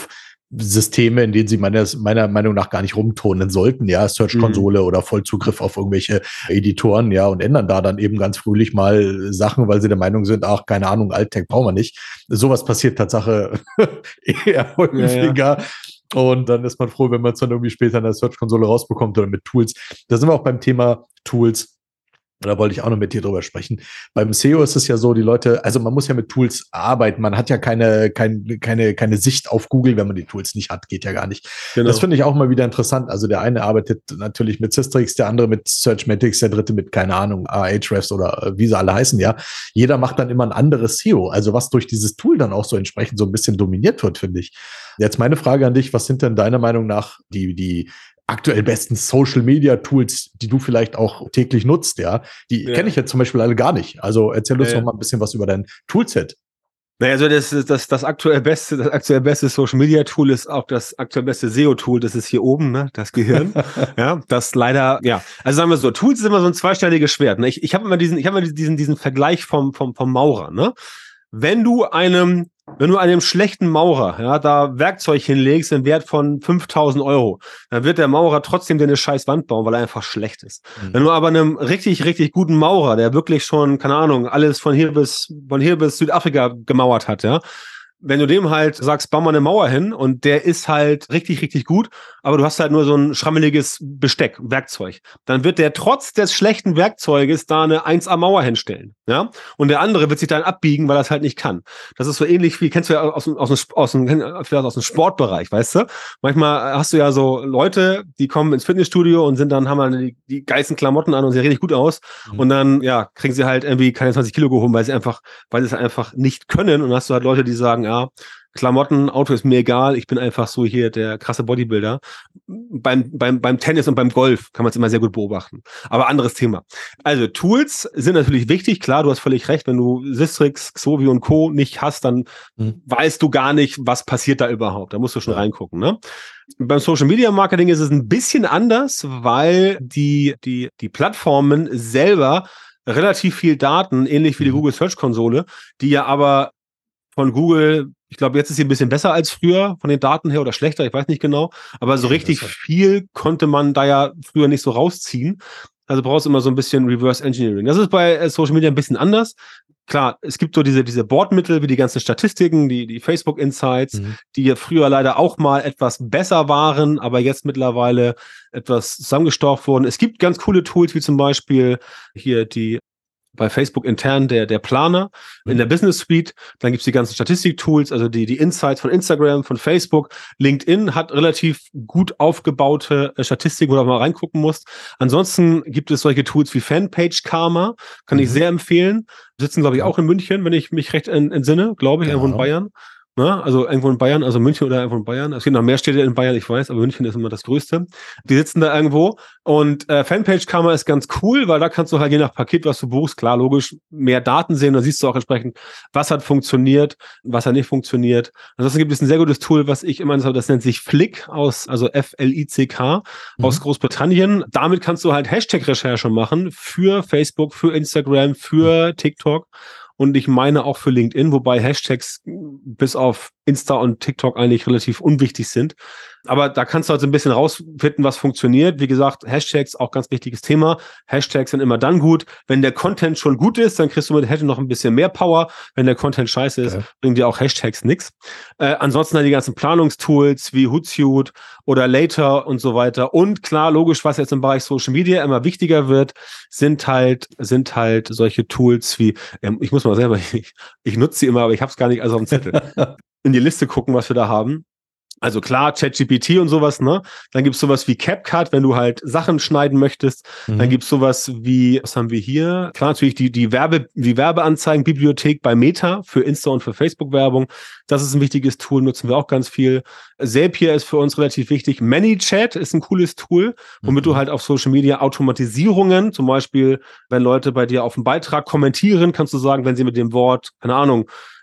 Systeme, in denen sie meiner, meiner Meinung nach gar nicht rumturnen sollten, ja, Search-Konsole mhm. oder Vollzugriff auf irgendwelche Editoren, ja, und ändern da dann eben ganz fröhlich mal Sachen, weil sie der Meinung sind, ach, keine Ahnung, Alt-Tech brauchen wir nicht. Sowas passiert Tatsache eher häufiger. Ja, ja. Und dann ist man froh, wenn man es dann irgendwie später in der Search-Konsole rausbekommt oder mit Tools. Da sind wir auch beim Thema Tools. Da wollte ich auch noch mit dir drüber sprechen. Beim S E O ist es ja so, die Leute, also man muss ja mit Tools arbeiten. Man hat ja keine, keine, keine, keine Sicht auf Google, wenn man die Tools nicht hat. Geht ja gar nicht. Genau. Das finde ich auch mal wieder interessant. Also der eine arbeitet natürlich mit Systrix, der andere mit Searchmatics, der dritte mit, keine Ahnung, Ahrefs oder wie sie alle heißen, ja. Jeder macht dann immer ein anderes S E O. Also was durch dieses Tool dann auch so entsprechend so ein bisschen dominiert wird, finde ich. Jetzt meine Frage an dich. Was sind denn deiner Meinung nach die, die, aktuell besten Social-Media-Tools, die du vielleicht auch täglich nutzt, ja, die ja. kenne ich jetzt zum Beispiel alle gar nicht. Also erzähl uns ja, doch mal ein bisschen was über dein Toolset. Naja, also das, das, das aktuell beste, das aktuell beste Social-Media-Tool ist auch das aktuell beste S E O-Tool, das ist hier oben, ne, das Gehirn. Ja, das leider, ja. Also sagen wir so, Tools ist immer so ein zweischneidiges Schwert. Ne? Ich, ich habe immer diesen, ich habe immer diesen, diesen Vergleich vom, vom, vom Maurer, ne? Wenn du einem Wenn du einem schlechten Maurer, ja, da Werkzeug hinlegst im Wert von fünftausend Euro, dann wird der Maurer trotzdem dir eine scheiß Wand bauen, weil er einfach schlecht ist. Mhm. Wenn du aber einem richtig, richtig guten Maurer, der wirklich schon, keine Ahnung, alles von hier bis, von hier bis Südafrika gemauert hat, ja, wenn du dem halt sagst, bau mal eine Mauer hin und der ist halt richtig, richtig gut, aber du hast halt nur so ein schrammeliges Besteck, Werkzeug, dann wird der trotz des schlechten Werkzeuges da eine eins A Mauer hinstellen, ja? Und der andere wird sich dann abbiegen, weil er es halt nicht kann. Das ist so ähnlich wie, kennst du ja aus, aus, aus, aus, aus, aus dem Sportbereich, weißt du? Manchmal hast du ja so Leute, die kommen ins Fitnessstudio und sind dann, haben dann die, die geilsten Klamotten an und sehen richtig gut aus mhm. und dann, ja, kriegen sie halt irgendwie keine zwanzig Kilo gehoben, weil sie einfach, weil sie es einfach nicht können und dann hast du halt Leute, die sagen, ja, Klamotten, Auto ist mir egal, ich bin einfach so hier der krasse Bodybuilder. Beim, beim, beim Tennis und beim Golf kann man es immer sehr gut beobachten. Aber anderes Thema. Also Tools sind natürlich wichtig, klar, du hast völlig recht, wenn du Systrix, Xovi und Co. nicht hast, dann mhm. weißt du gar nicht, was passiert da überhaupt. Da musst du schon ja. reingucken, ne? Beim Social Media Marketing ist es ein bisschen anders, weil die, die, die Plattformen selber relativ viel Daten, ähnlich wie die mhm. Google Search Konsole, die ja aber von Google, ich glaube, jetzt ist sie ein bisschen besser als früher, von den Daten her oder schlechter, ich weiß nicht genau, aber so richtig viel konnte man da ja früher nicht so rausziehen. Also brauchst du immer so ein bisschen Reverse Engineering. Das ist bei Social Media ein bisschen anders. Klar, es gibt so diese, diese Bordmittel wie die ganzen Statistiken, die, die Facebook Insights, mhm. die ja früher leider auch mal etwas besser waren, aber jetzt mittlerweile etwas zusammengestaucht wurden. Es gibt ganz coole Tools, wie zum Beispiel hier die bei Facebook intern der, der Planer in der Business Suite. Dann gibt's die ganzen Statistik-Tools, also die, die Insights von Instagram, von Facebook. LinkedIn hat relativ gut aufgebaute Statistiken, wo du auch mal reingucken musst. Ansonsten gibt es solche Tools wie Fanpage Karma, kann mhm. ich sehr empfehlen. Sitzen, glaube ich, auch in München, wenn ich mich recht entsinne, glaube ich, ja. irgendwo in Bayern. Ne? Also irgendwo in Bayern, also München oder irgendwo in Bayern. Es gibt noch mehr Städte in Bayern, ich weiß, aber München ist immer das Größte. Die sitzen da irgendwo und äh, Fanpage-Kamera ist ganz cool, weil da kannst du halt je nach Paket, was du buchst, klar, logisch, mehr Daten sehen. Da siehst du auch entsprechend, was hat funktioniert, was hat nicht funktioniert. Ansonsten gibt es ein sehr gutes Tool, was ich immer habe, das nennt sich Flick aus, also F L I C K mhm. aus Großbritannien. Damit kannst du halt Hashtag-Recherche machen für Facebook, für Instagram, für TikTok. Und ich meine auch für LinkedIn, wobei Hashtags bis auf Insta und TikTok eigentlich relativ unwichtig sind. Aber da kannst du halt so ein bisschen rausfinden, was funktioniert. Wie gesagt, Hashtags, auch ganz wichtiges Thema. Hashtags sind immer dann gut, wenn der Content schon gut ist, dann kriegst du mit Hashtag noch ein bisschen mehr Power. Wenn der Content scheiße ist, okay. bringen dir auch Hashtags nix. Äh, ansonsten halt die ganzen Planungstools wie Hootsuite oder Later und so weiter. Und klar, logisch, was jetzt im Bereich Social Media immer wichtiger wird, sind halt, sind halt solche Tools wie, ähm, ich muss mal selber, ich, ich nutze sie immer, aber ich habe es gar nicht alles auf dem Zettel. In die Liste gucken, was wir da haben. Also klar, ChatGPT und sowas, ne? Dann gibt's sowas wie CapCut, wenn du halt Sachen schneiden möchtest. Mhm. Dann gibt's sowas wie, was haben wir hier? Klar, natürlich die, die Werbe, die Werbeanzeigenbibliothek bei Meta für Insta und für Facebook-Werbung. Das ist ein wichtiges Tool, nutzen wir auch ganz viel. Zapier ist für uns relativ wichtig. ManyChat ist ein cooles Tool, womit mhm. du halt auf Social Media Automatisierungen, zum Beispiel, wenn Leute bei dir auf einen Beitrag kommentieren, kannst du sagen, wenn sie mit dem Wort, keine Ahnung,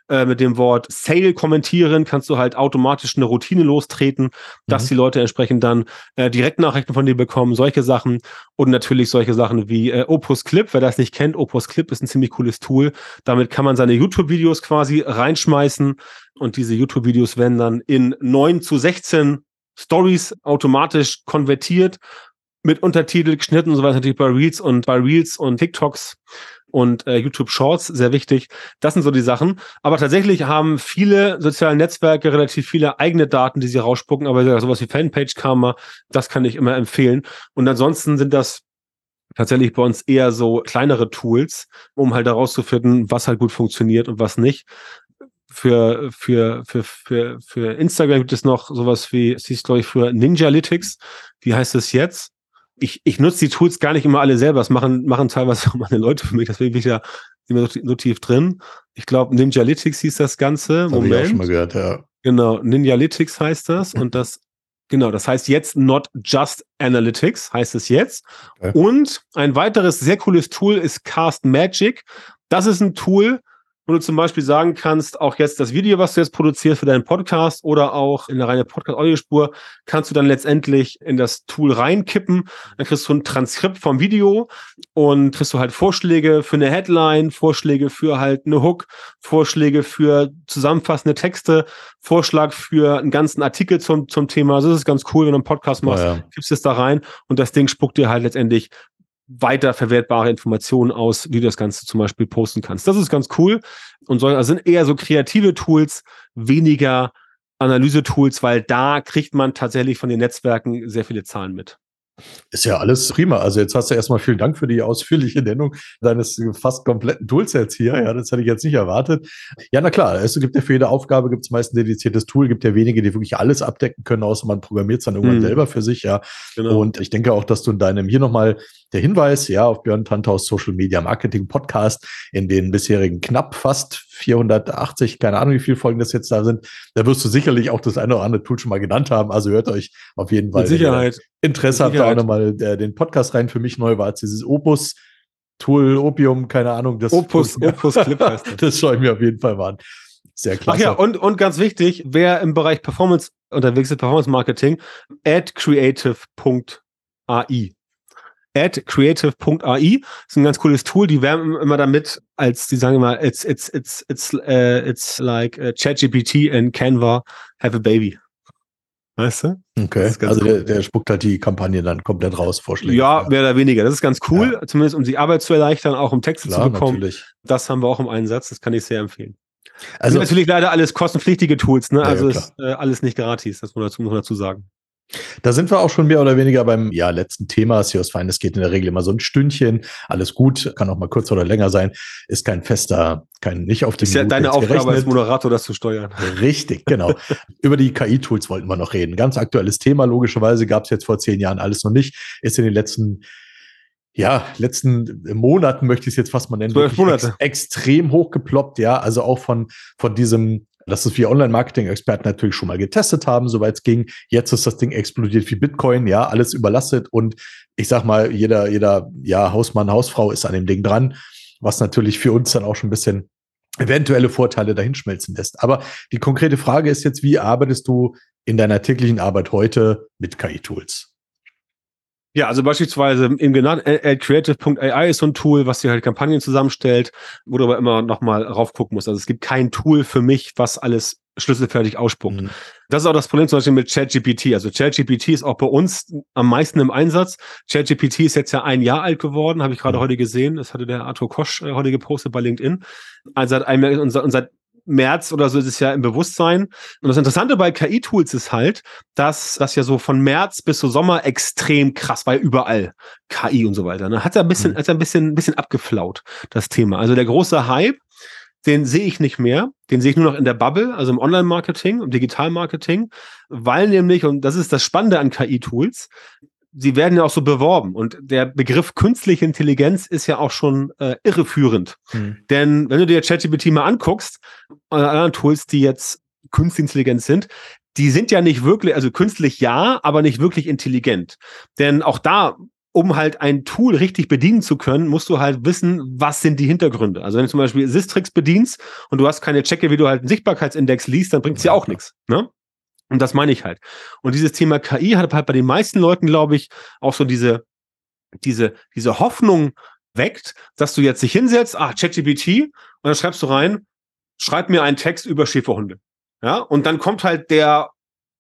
äh, mit dem Wort Sale kommentieren, kannst du halt automatisch eine Routine lostreten, dass mhm. die Leute entsprechend dann äh, Direktnachrichten von dir bekommen, solche Sachen und natürlich solche Sachen wie äh, Opus Clip. Wer das nicht kennt, Opus Clip ist ein ziemlich cooles Tool. Damit kann man seine YouTube-Videos quasi reinschmeißen und diese YouTube-Videos werden dann in neun zu sechzehn Stories automatisch konvertiert, mit Untertitel geschnitten und so weiter, natürlich bei Reels und bei Reels und TikToks und äh, YouTube Shorts, sehr wichtig. Das sind so die Sachen. Aber tatsächlich haben viele soziale Netzwerke relativ viele eigene Daten, die sie rausspucken, aber sowas wie Fanpage Karma, das kann ich immer empfehlen. Und ansonsten sind das tatsächlich bei uns eher so kleinere Tools, um halt herauszufinden, was halt gut funktioniert und was nicht. Für, für, für, für, für Instagram gibt es noch sowas wie, es hieß, glaube ich, für Ninjalytics. Wie heißt es jetzt? Ich, ich nutze die Tools gar nicht immer alle selber. Das machen, machen teilweise auch meine Leute für mich. Deswegen bin ich ja immer so, so tief drin. Ich glaube, Ninjalytics hieß das Ganze. Das Moment. habe ich auch schon mal gehört, ja. Genau, Ninjalytics heißt das. Und das, genau, das heißt jetzt Not Just Analytics, heißt es jetzt. Okay. Und ein weiteres sehr cooles Tool ist Cast Magic. Das ist ein Tool, wo du zum Beispiel sagen kannst, auch jetzt das Video, was du jetzt produzierst für deinen Podcast oder auch in eine reine Podcast-Audiospur, kannst du dann letztendlich in das Tool reinkippen. Dann kriegst du ein Transkript vom Video und kriegst du halt Vorschläge für eine Headline, Vorschläge für halt eine Hook, Vorschläge für zusammenfassende Texte, Vorschlag für einen ganzen Artikel zum, zum Thema. Also das ist ganz cool, wenn du einen Podcast machst, ja, ja. gibst es da rein und das Ding spuckt dir halt letztendlich weiter verwertbare Informationen aus, wie du das Ganze zum Beispiel posten kannst. Das ist ganz cool und soll, also sind eher so kreative Tools, weniger Analyse-Tools, weil da kriegt man tatsächlich von den Netzwerken sehr viele Zahlen mit. Ist ja alles prima. Also jetzt hast du erstmal vielen Dank für die ausführliche Nennung deines fast kompletten Toolsets hier. Ja, das hätte ich jetzt nicht erwartet. Ja, na klar, es gibt ja für jede Aufgabe gibt es meist ein dediziertes Tool. Gibt ja wenige, die wirklich alles abdecken können, außer man programmiert es dann irgendwann hm. selber für sich. Ja, genau. Und ich denke auch, dass du in deinem hier nochmal der Hinweis, ja, auf Björn Tanthaus Social Media Marketing Podcast in den bisherigen knapp fast vierhundertachtzig, keine Ahnung, wie viele Folgen das jetzt da sind. Da wirst du sicherlich auch das eine oder andere Tool schon mal genannt haben. Also hört euch auf jeden Fall. Mit Sicherheit. Interesse habt, da auch nochmal äh, den Podcast rein. Für mich neu war es dieses Opus Tool, Opium, keine Ahnung. Das Opus, Opus Clip heißt das. Das schaue ich mir auf jeden Fall mal an. Sehr klasse. Ach ja, und, und ganz wichtig, wer im Bereich Performance unterwegs ist, Performance Marketing, add creative punkt a i. add creative punkt a i ist ein ganz cooles Tool. Die werben immer damit, als die sagen immer, it's, it's, it's, it's, uh, it's like uh, ChatGPT and Canva have a baby. Weißt du? Okay, also cool. der, der spuckt halt die Kampagne dann komplett raus, Vorschläge. Ja, mehr oder weniger. Das ist ganz cool, ja. Zumindest um die Arbeit zu erleichtern, auch um Texte Klar, zu bekommen. Natürlich. Das haben wir auch im Einsatz, das kann ich sehr empfehlen. Also das sind natürlich leider alles kostenpflichtige Tools, ne? Ja, also ja, ist äh, alles nicht gratis, das muss man dazu, muss man dazu sagen. Da sind wir auch schon mehr oder weniger beim ja, letzten Thema. S E O's Feines geht in der Regel immer so ein Stündchen. Alles gut, kann auch mal kurz oder länger sein. Ist kein fester, kein nicht auf dem Ist ja deine Aufgabe gerechnet. Als Moderator, das zu steuern. Richtig, genau. Über die K I-Tools wollten wir noch reden. Ganz aktuelles Thema. Logischerweise gab es jetzt vor zehn Jahren alles noch nicht. Ist in den letzten Ja, letzten Monaten möchte ich es jetzt fast mal nennen. Zwölf Monate. Ex extrem hochgeploppt, ja. Also auch von, von diesem, dass es wir Online-Marketing-Experten natürlich schon mal getestet haben, soweit es ging. Jetzt ist das Ding explodiert wie Bitcoin, ja, alles überlastet und ich sag mal, jeder, jeder, ja, Hausmann, Hausfrau ist an dem Ding dran, was natürlich für uns dann auch schon ein bisschen eventuelle Vorteile dahinschmelzen lässt. Aber die konkrete Frage ist jetzt, wie arbeitest du in deiner täglichen Arbeit heute mit K I-Tools? Ja, also beispielsweise im genannten add creative punkt a i ist so ein Tool, was dir halt Kampagnen zusammenstellt, wo du aber immer nochmal raufgucken musst. Also es gibt kein Tool für mich, was alles schlüsselfertig ausspuckt. Mhm. Das ist auch das Problem zum Beispiel mit ChatGPT. Also ChatGPT ist auch bei uns am meisten im Einsatz. ChatGPT ist jetzt ja ein Jahr alt geworden, habe ich gerade mhm. heute gesehen. Das hatte der Arthur Kosch äh, heute gepostet bei LinkedIn. Also seit einem Jahr, und seit, und seit März oder so ist es ja im Bewusstsein. Und das Interessante bei K I-Tools ist halt, dass das ja so von März bis so Sommer extrem krass war, überall K I und so weiter. Ne? Hat ja ein bisschen, mhm. hat ja ein bisschen, ein bisschen abgeflaut, das Thema. Also der große Hype, den sehe ich nicht mehr. Den sehe ich nur noch in der Bubble, also im Online-Marketing, im Digital-Marketing, weil nämlich, und das ist das Spannende an K I-Tools, sie werden ja auch so beworben und der Begriff künstliche Intelligenz ist ja auch schon äh, irreführend. Hm. Denn wenn du dir ChatGPT mal anguckst, oder anderen Tools, die jetzt künstliche Intelligenz sind, die sind ja nicht wirklich, also künstlich ja, aber nicht wirklich intelligent. Denn auch da um halt ein Tool richtig bedienen zu können, musst du halt wissen, was sind die Hintergründe. Also wenn du zum Beispiel Sistrix bedienst und du hast keine Checke, wie du halt einen Sichtbarkeitsindex liest, dann bringt es ja auch nichts. Ne? Und das meine ich halt. Und dieses Thema K I hat halt bei den meisten Leuten, glaube ich, auch so diese, diese, diese Hoffnung weckt, dass du jetzt dich hinsetzt, ah, ChatGPT, und dann schreibst du rein, schreib mir einen Text über Schäferhunde. Ja, und dann kommt halt der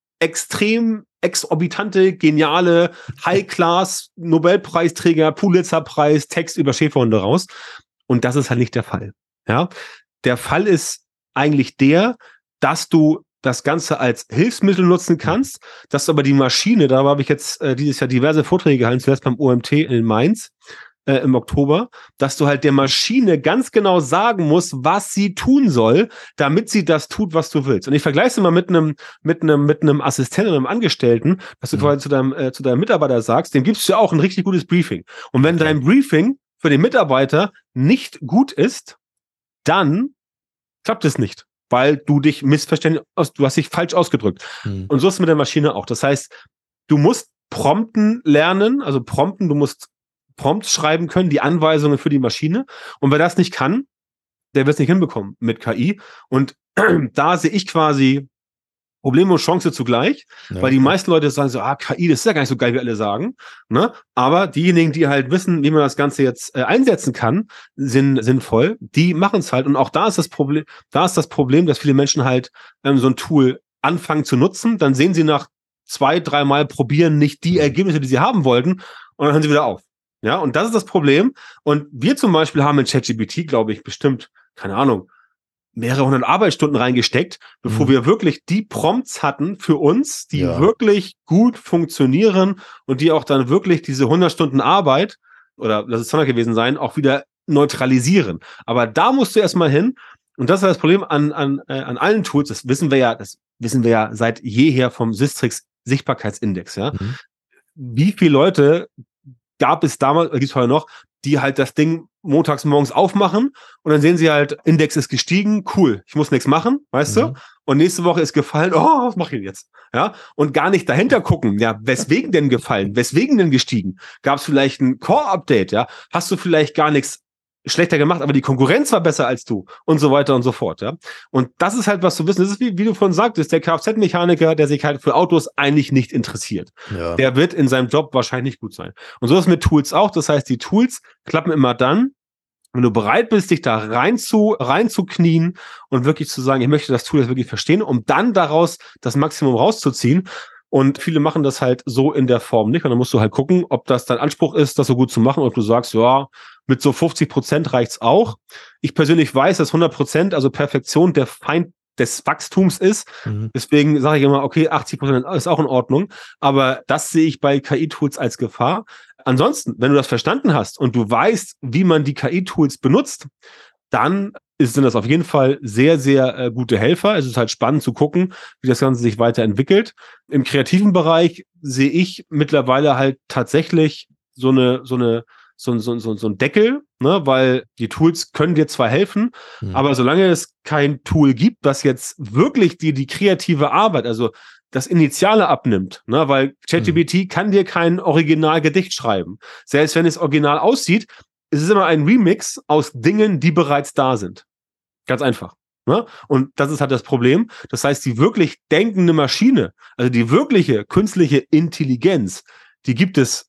extrem exorbitante, geniale, High-Class, Nobelpreisträger, Pulitzer-Preis, Text über Schäferhunde raus. Und das ist halt nicht der Fall. Ja, der Fall ist eigentlich der, dass du das Ganze als Hilfsmittel nutzen kannst, dass aber die Maschine, da habe ich jetzt äh, dieses Jahr diverse Vorträge gehalten, zuerst beim O M T in Mainz, Äh, im Oktober, dass du halt der Maschine ganz genau sagen musst, was sie tun soll, damit sie das tut, was du willst. Und ich vergleiche es mal mit einem mit einem mit einem Assistenten oder einem Angestellten, dass du mhm. quasi zu deinem äh, zu deinem Mitarbeiter sagst, dem gibst du ja auch ein richtig gutes Briefing. Und wenn okay. dein Briefing für den Mitarbeiter nicht gut ist, dann klappt es nicht, weil du dich missverständlich, du hast dich falsch ausgedrückt. Mhm. Und so ist es mit der Maschine auch. Das heißt, du musst Prompten lernen, also Prompten, du musst Prompts schreiben können, die Anweisungen für die Maschine. Und wer das nicht kann, der wird es nicht hinbekommen mit K I. Und da sehe ich quasi Probleme und Chance zugleich, ja. weil die meisten Leute sagen so, ah, K I, das ist ja gar nicht so geil, wie alle sagen. Ne? Aber diejenigen, die halt wissen, wie man das Ganze jetzt äh, einsetzen kann, sind sinnvoll, die machen es halt. Und auch da ist das Problem, da ist das Problem, dass viele Menschen halt ähm, so ein Tool anfangen zu nutzen, dann sehen sie nach zwei, dreimal probieren nicht die Ergebnisse, die sie haben wollten, und dann hören sie wieder auf. Ja, und das ist das Problem. Und wir zum Beispiel haben in ChatGPT, glaube ich, bestimmt, keine Ahnung, mehrere hundert Arbeitsstunden reingesteckt, bevor mhm. wir wirklich die Prompts hatten für uns, die ja. wirklich gut funktionieren und die auch dann wirklich diese hundert Stunden Arbeit, oder lass es zweihundert gewesen sein, auch wieder neutralisieren. Aber da musst du erstmal hin. Und das ist das Problem an, an, äh, an allen Tools. Das wissen wir ja, das wissen wir ja seit jeher vom Sistrix Sichtbarkeitsindex, ja. Mhm. Wie viele Leute gab es damals, oder gibt es heute noch, die halt das Ding montags morgens aufmachen und dann sehen sie halt, Index ist gestiegen, cool, ich muss nichts machen, weißt mhm. du? Und nächste Woche ist gefallen, oh, was mache ich jetzt? Ja, und gar nicht dahinter gucken, ja, weswegen denn gefallen, weswegen denn gestiegen? Gab es vielleicht ein Core-Update, ja? Hast du vielleicht gar nichts schlechter gemacht, aber die Konkurrenz war besser als du und so weiter und so fort, ja. Und das ist halt, was zu wissen. Das ist, wie, wie du vorhin sagtest, der Kfz-Mechaniker, der sich halt für Autos eigentlich nicht interessiert. Ja. Der wird in seinem Job wahrscheinlich nicht gut sein. Und so ist es mit Tools auch. Das heißt, die Tools klappen immer dann, wenn du bereit bist, dich da rein zu, reinzuknien und wirklich zu sagen, ich möchte das Tool jetzt wirklich verstehen, um dann daraus das Maximum rauszuziehen. Und viele machen das halt so in der Form nicht. Und dann musst du halt gucken, ob das dein Anspruch ist, das so gut zu machen, ob du sagst, ja, mit so fünfzig Prozent reicht's auch. Ich persönlich weiß, dass hundert Prozent, also Perfektion, der Feind des Wachstums ist. Mhm. Deswegen sage ich immer, okay, achtzig Prozent ist auch in Ordnung. Aber das sehe ich bei K I-Tools als Gefahr. Ansonsten, wenn du das verstanden hast und du weißt, wie man die K I-Tools benutzt, dann sind das auf jeden Fall sehr, sehr äh, gute Helfer. Es ist halt spannend zu gucken, wie das Ganze sich weiterentwickelt. Im kreativen Bereich sehe ich mittlerweile halt tatsächlich so eine, so eine, so, so, so, so ein Deckel, ne? Weil die Tools können dir zwar helfen, mhm. aber solange es kein Tool gibt, das jetzt wirklich dir die kreative Arbeit, also das Initiale abnimmt, ne? Weil ChatGPT mhm. kann dir kein Originalgedicht schreiben. Selbst wenn es original aussieht, es ist immer ein Remix aus Dingen, die bereits da sind. Ganz einfach. Ne? Und das ist halt das Problem. Das heißt, die wirklich denkende Maschine, also die wirkliche künstliche Intelligenz, die gibt es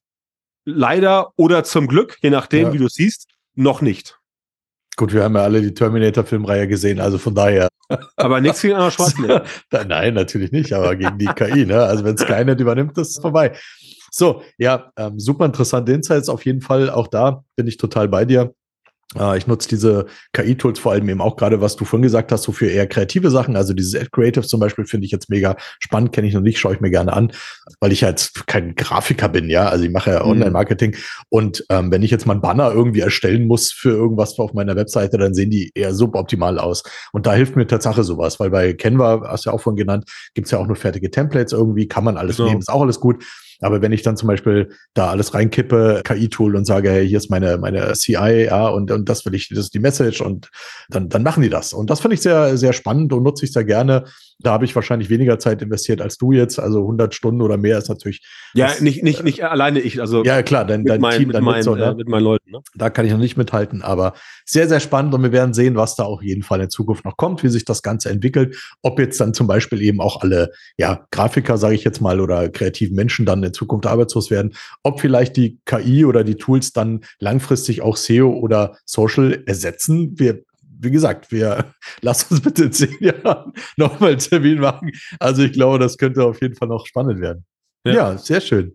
leider oder zum Glück, je nachdem, ja. wie du es siehst, noch nicht. Gut, wir haben ja alle die Terminator-Filmreihe gesehen, also von daher. Aber nichts gegen Arnold Schwarzenegger. Nein, natürlich nicht, aber gegen die K I. Ne? Also wenn es keiner übernimmt, ist es vorbei. So, ja, ähm, super interessante Insights auf jeden Fall. Auch da bin ich total bei dir. Äh, ich nutze diese K I-Tools vor allem eben auch gerade, was du vorhin gesagt hast, so für eher kreative Sachen. Also dieses Ad Creative zum Beispiel finde ich jetzt mega spannend, kenne ich noch nicht, schaue ich mir gerne an, weil ich ja jetzt kein Grafiker bin, ja. Also ich mache ja Online-Marketing. Und ähm, wenn ich jetzt mal einen Banner irgendwie erstellen muss für irgendwas auf meiner Webseite, dann sehen die eher suboptimal aus. Und da hilft mir Tatsache sowas, weil bei Canva, hast du ja auch vorhin genannt, gibt's ja auch nur fertige Templates irgendwie, kann man alles genau. nehmen, ist auch alles gut. Aber wenn ich dann zum Beispiel da alles reinkippe, K I-Tool und sage, hey, hier ist meine, meine C I, ja, und, und das will ich, das ist die Message und dann, dann machen die das. Und das finde ich sehr, sehr spannend und nutze ich sehr gerne. Da habe ich wahrscheinlich weniger Zeit investiert als du jetzt. Also hundert Stunden oder mehr ist natürlich. Ja, das, nicht, nicht, nicht alleine ich. Also ja, klar, dein, dein mein, Team mit, dann mein, mit, so, äh, ne? mit meinen Leuten. Ne? Da kann ich noch nicht mithalten, aber sehr, sehr spannend und wir werden sehen, was da auf jeden Fall in Zukunft noch kommt, wie sich das Ganze entwickelt. Ob jetzt dann zum Beispiel eben auch alle ja, Grafiker, sage ich jetzt mal, oder kreativen Menschen dann in Zukunft arbeitslos werden. Ob vielleicht die K I oder die Tools dann langfristig auch S E O oder Social ersetzen. Wir Wie gesagt, wir lassen uns bitte in zehn Jahren nochmal einen Termin machen. Also ich glaube, das könnte auf jeden Fall noch spannend werden. Ja, ja, sehr schön.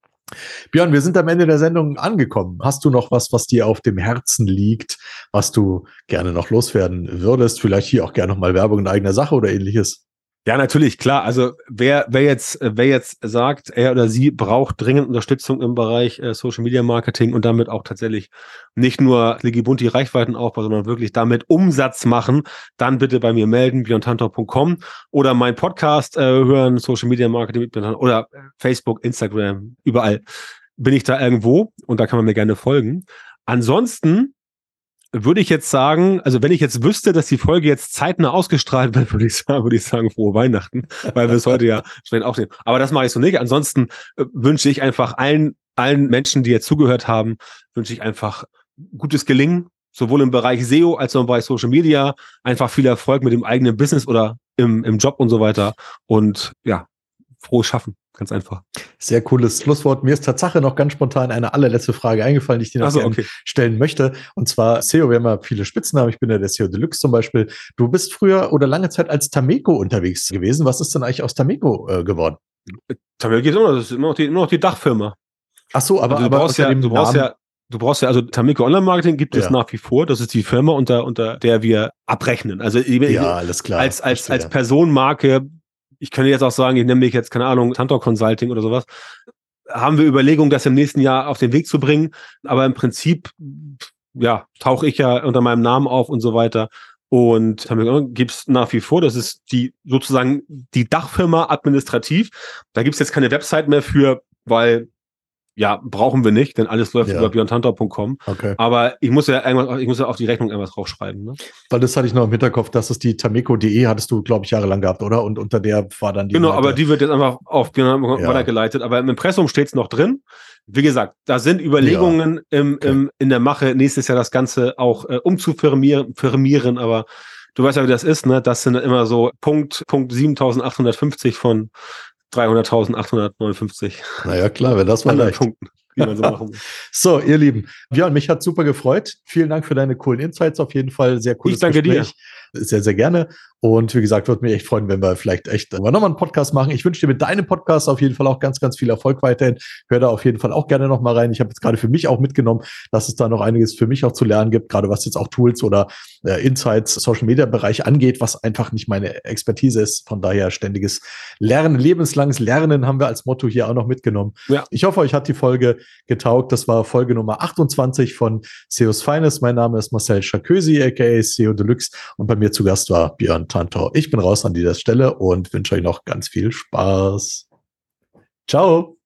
Björn, wir sind am Ende der Sendung angekommen. Hast du noch was, was dir auf dem Herzen liegt, was du gerne noch loswerden würdest? Vielleicht hier auch gerne noch mal Werbung in eigener Sache oder ähnliches? Ja, natürlich, klar. Also wer, wer jetzt, wer jetzt sagt, er oder sie braucht dringend Unterstützung im Bereich äh, Social Media Marketing und damit auch tatsächlich nicht nur Ligibunti Reichweitenaufbau, sondern wirklich damit Umsatz machen, dann bitte bei mir melden, björn tantor punkt com oder mein Podcast äh, hören, Social Media Marketing mit Björn Tantor oder Facebook, Instagram, überall bin ich da irgendwo und da kann man mir gerne folgen. Ansonsten würde ich jetzt sagen, also wenn ich jetzt wüsste, dass die Folge jetzt zeitnah ausgestrahlt wird, würde ich sagen, würde ich sagen, frohe Weihnachten, weil wir es heute ja schnell aufnehmen. Aber das mache ich so nicht. Ansonsten äh, wünsche ich einfach allen, allen Menschen, die jetzt zugehört haben, wünsche ich einfach gutes Gelingen, sowohl im Bereich S E O als auch im Bereich Social Media. Einfach viel Erfolg mit dem eigenen Business oder im, im Job und so weiter. Und ja, frohes Schaffen. Ganz einfach. Sehr cooles Schlusswort. Mir ist Tatsache noch ganz spontan eine allerletzte Frage eingefallen, die ich dir noch so, gerne okay. stellen möchte. Und zwar S E O, wir haben ja viele Spitznamen. Ich bin ja der S E O Deluxe zum Beispiel. Du bist früher oder lange Zeit als Tameco unterwegs gewesen. Was ist denn eigentlich aus Tameco äh, geworden? Tameco geht immer, das ist immer noch die, immer noch die Dachfirma. Ach so, aber, also du aber brauchst ja, du brauchst ja, du brauchst ja, also Tameco Online Marketing gibt es ja. nach wie vor. Das ist die Firma, unter, unter der wir abrechnen. Also ja, alles klar. als, als, als Personenmarke. Ich könnte jetzt auch sagen, ich nenne mich jetzt, keine Ahnung, Tantor Consulting oder sowas. Haben wir Überlegungen, das im nächsten Jahr auf den Weg zu bringen. Aber im Prinzip, ja, tauche ich ja unter meinem Namen auf und so weiter. Und gibt es nach wie vor, das ist die sozusagen die Dachfirma administrativ. Da gibt es jetzt keine Website mehr für, weil ja, brauchen wir nicht, denn alles läuft ja. über björn tantor punkt com. Okay. Aber ich muss ja irgendwas, ich muss ja auf die Rechnung irgendwas draufschreiben. Ne? Weil das hatte ich noch im Hinterkopf, das ist die tameco punkt de, hattest du, glaube ich, jahrelang gehabt, oder? Und unter der war dann die Genau, Seite. Aber die wird jetzt einfach auf Björn ja. weitergeleitet. Aber im Impressum steht es noch drin. Wie gesagt, da sind Überlegungen ja. im, okay. im, in der Mache, nächstes Jahr das Ganze auch äh, umzufirmieren, firmieren, aber du weißt ja, wie das ist, ne? Das sind immer so Punkt, Punkt siebentausendachthundertfünfzig von dreihunderttausendachthundertneunundfünfzig. Naja, klar, wenn das mal leicht. Punkten. Wie man so machen muss. So, ihr Lieben, Björn, mich hat super gefreut. Vielen Dank für deine coolen Insights. Auf jeden Fall sehr cooles Ich danke Gespräch. dir. Sehr, sehr gerne. Und wie gesagt, würde mich echt freuen, wenn wir vielleicht echt nochmal einen Podcast machen. Ich wünsche dir mit deinem Podcast auf jeden Fall auch ganz, ganz viel Erfolg weiterhin. Hör da auf jeden Fall auch gerne nochmal rein. Ich habe jetzt gerade für mich auch mitgenommen, dass es da noch einiges für mich auch zu lernen gibt, gerade was jetzt auch Tools oder äh, Insights, Social Media Bereich angeht, was einfach nicht meine Expertise ist. Von daher ständiges Lernen, lebenslanges Lernen haben wir als Motto hier auch noch mitgenommen. Ja. Ich hoffe, euch hat die Folge getaugt. Das war Folge Nummer achtundzwanzig von S E O's Finest. Mein Name ist Marcel Schakösi, aka S E O Deluxe. Und bei mir zu Gast war Björn Tantor. Ich bin raus an dieser Stelle und wünsche euch noch ganz viel Spaß. Ciao.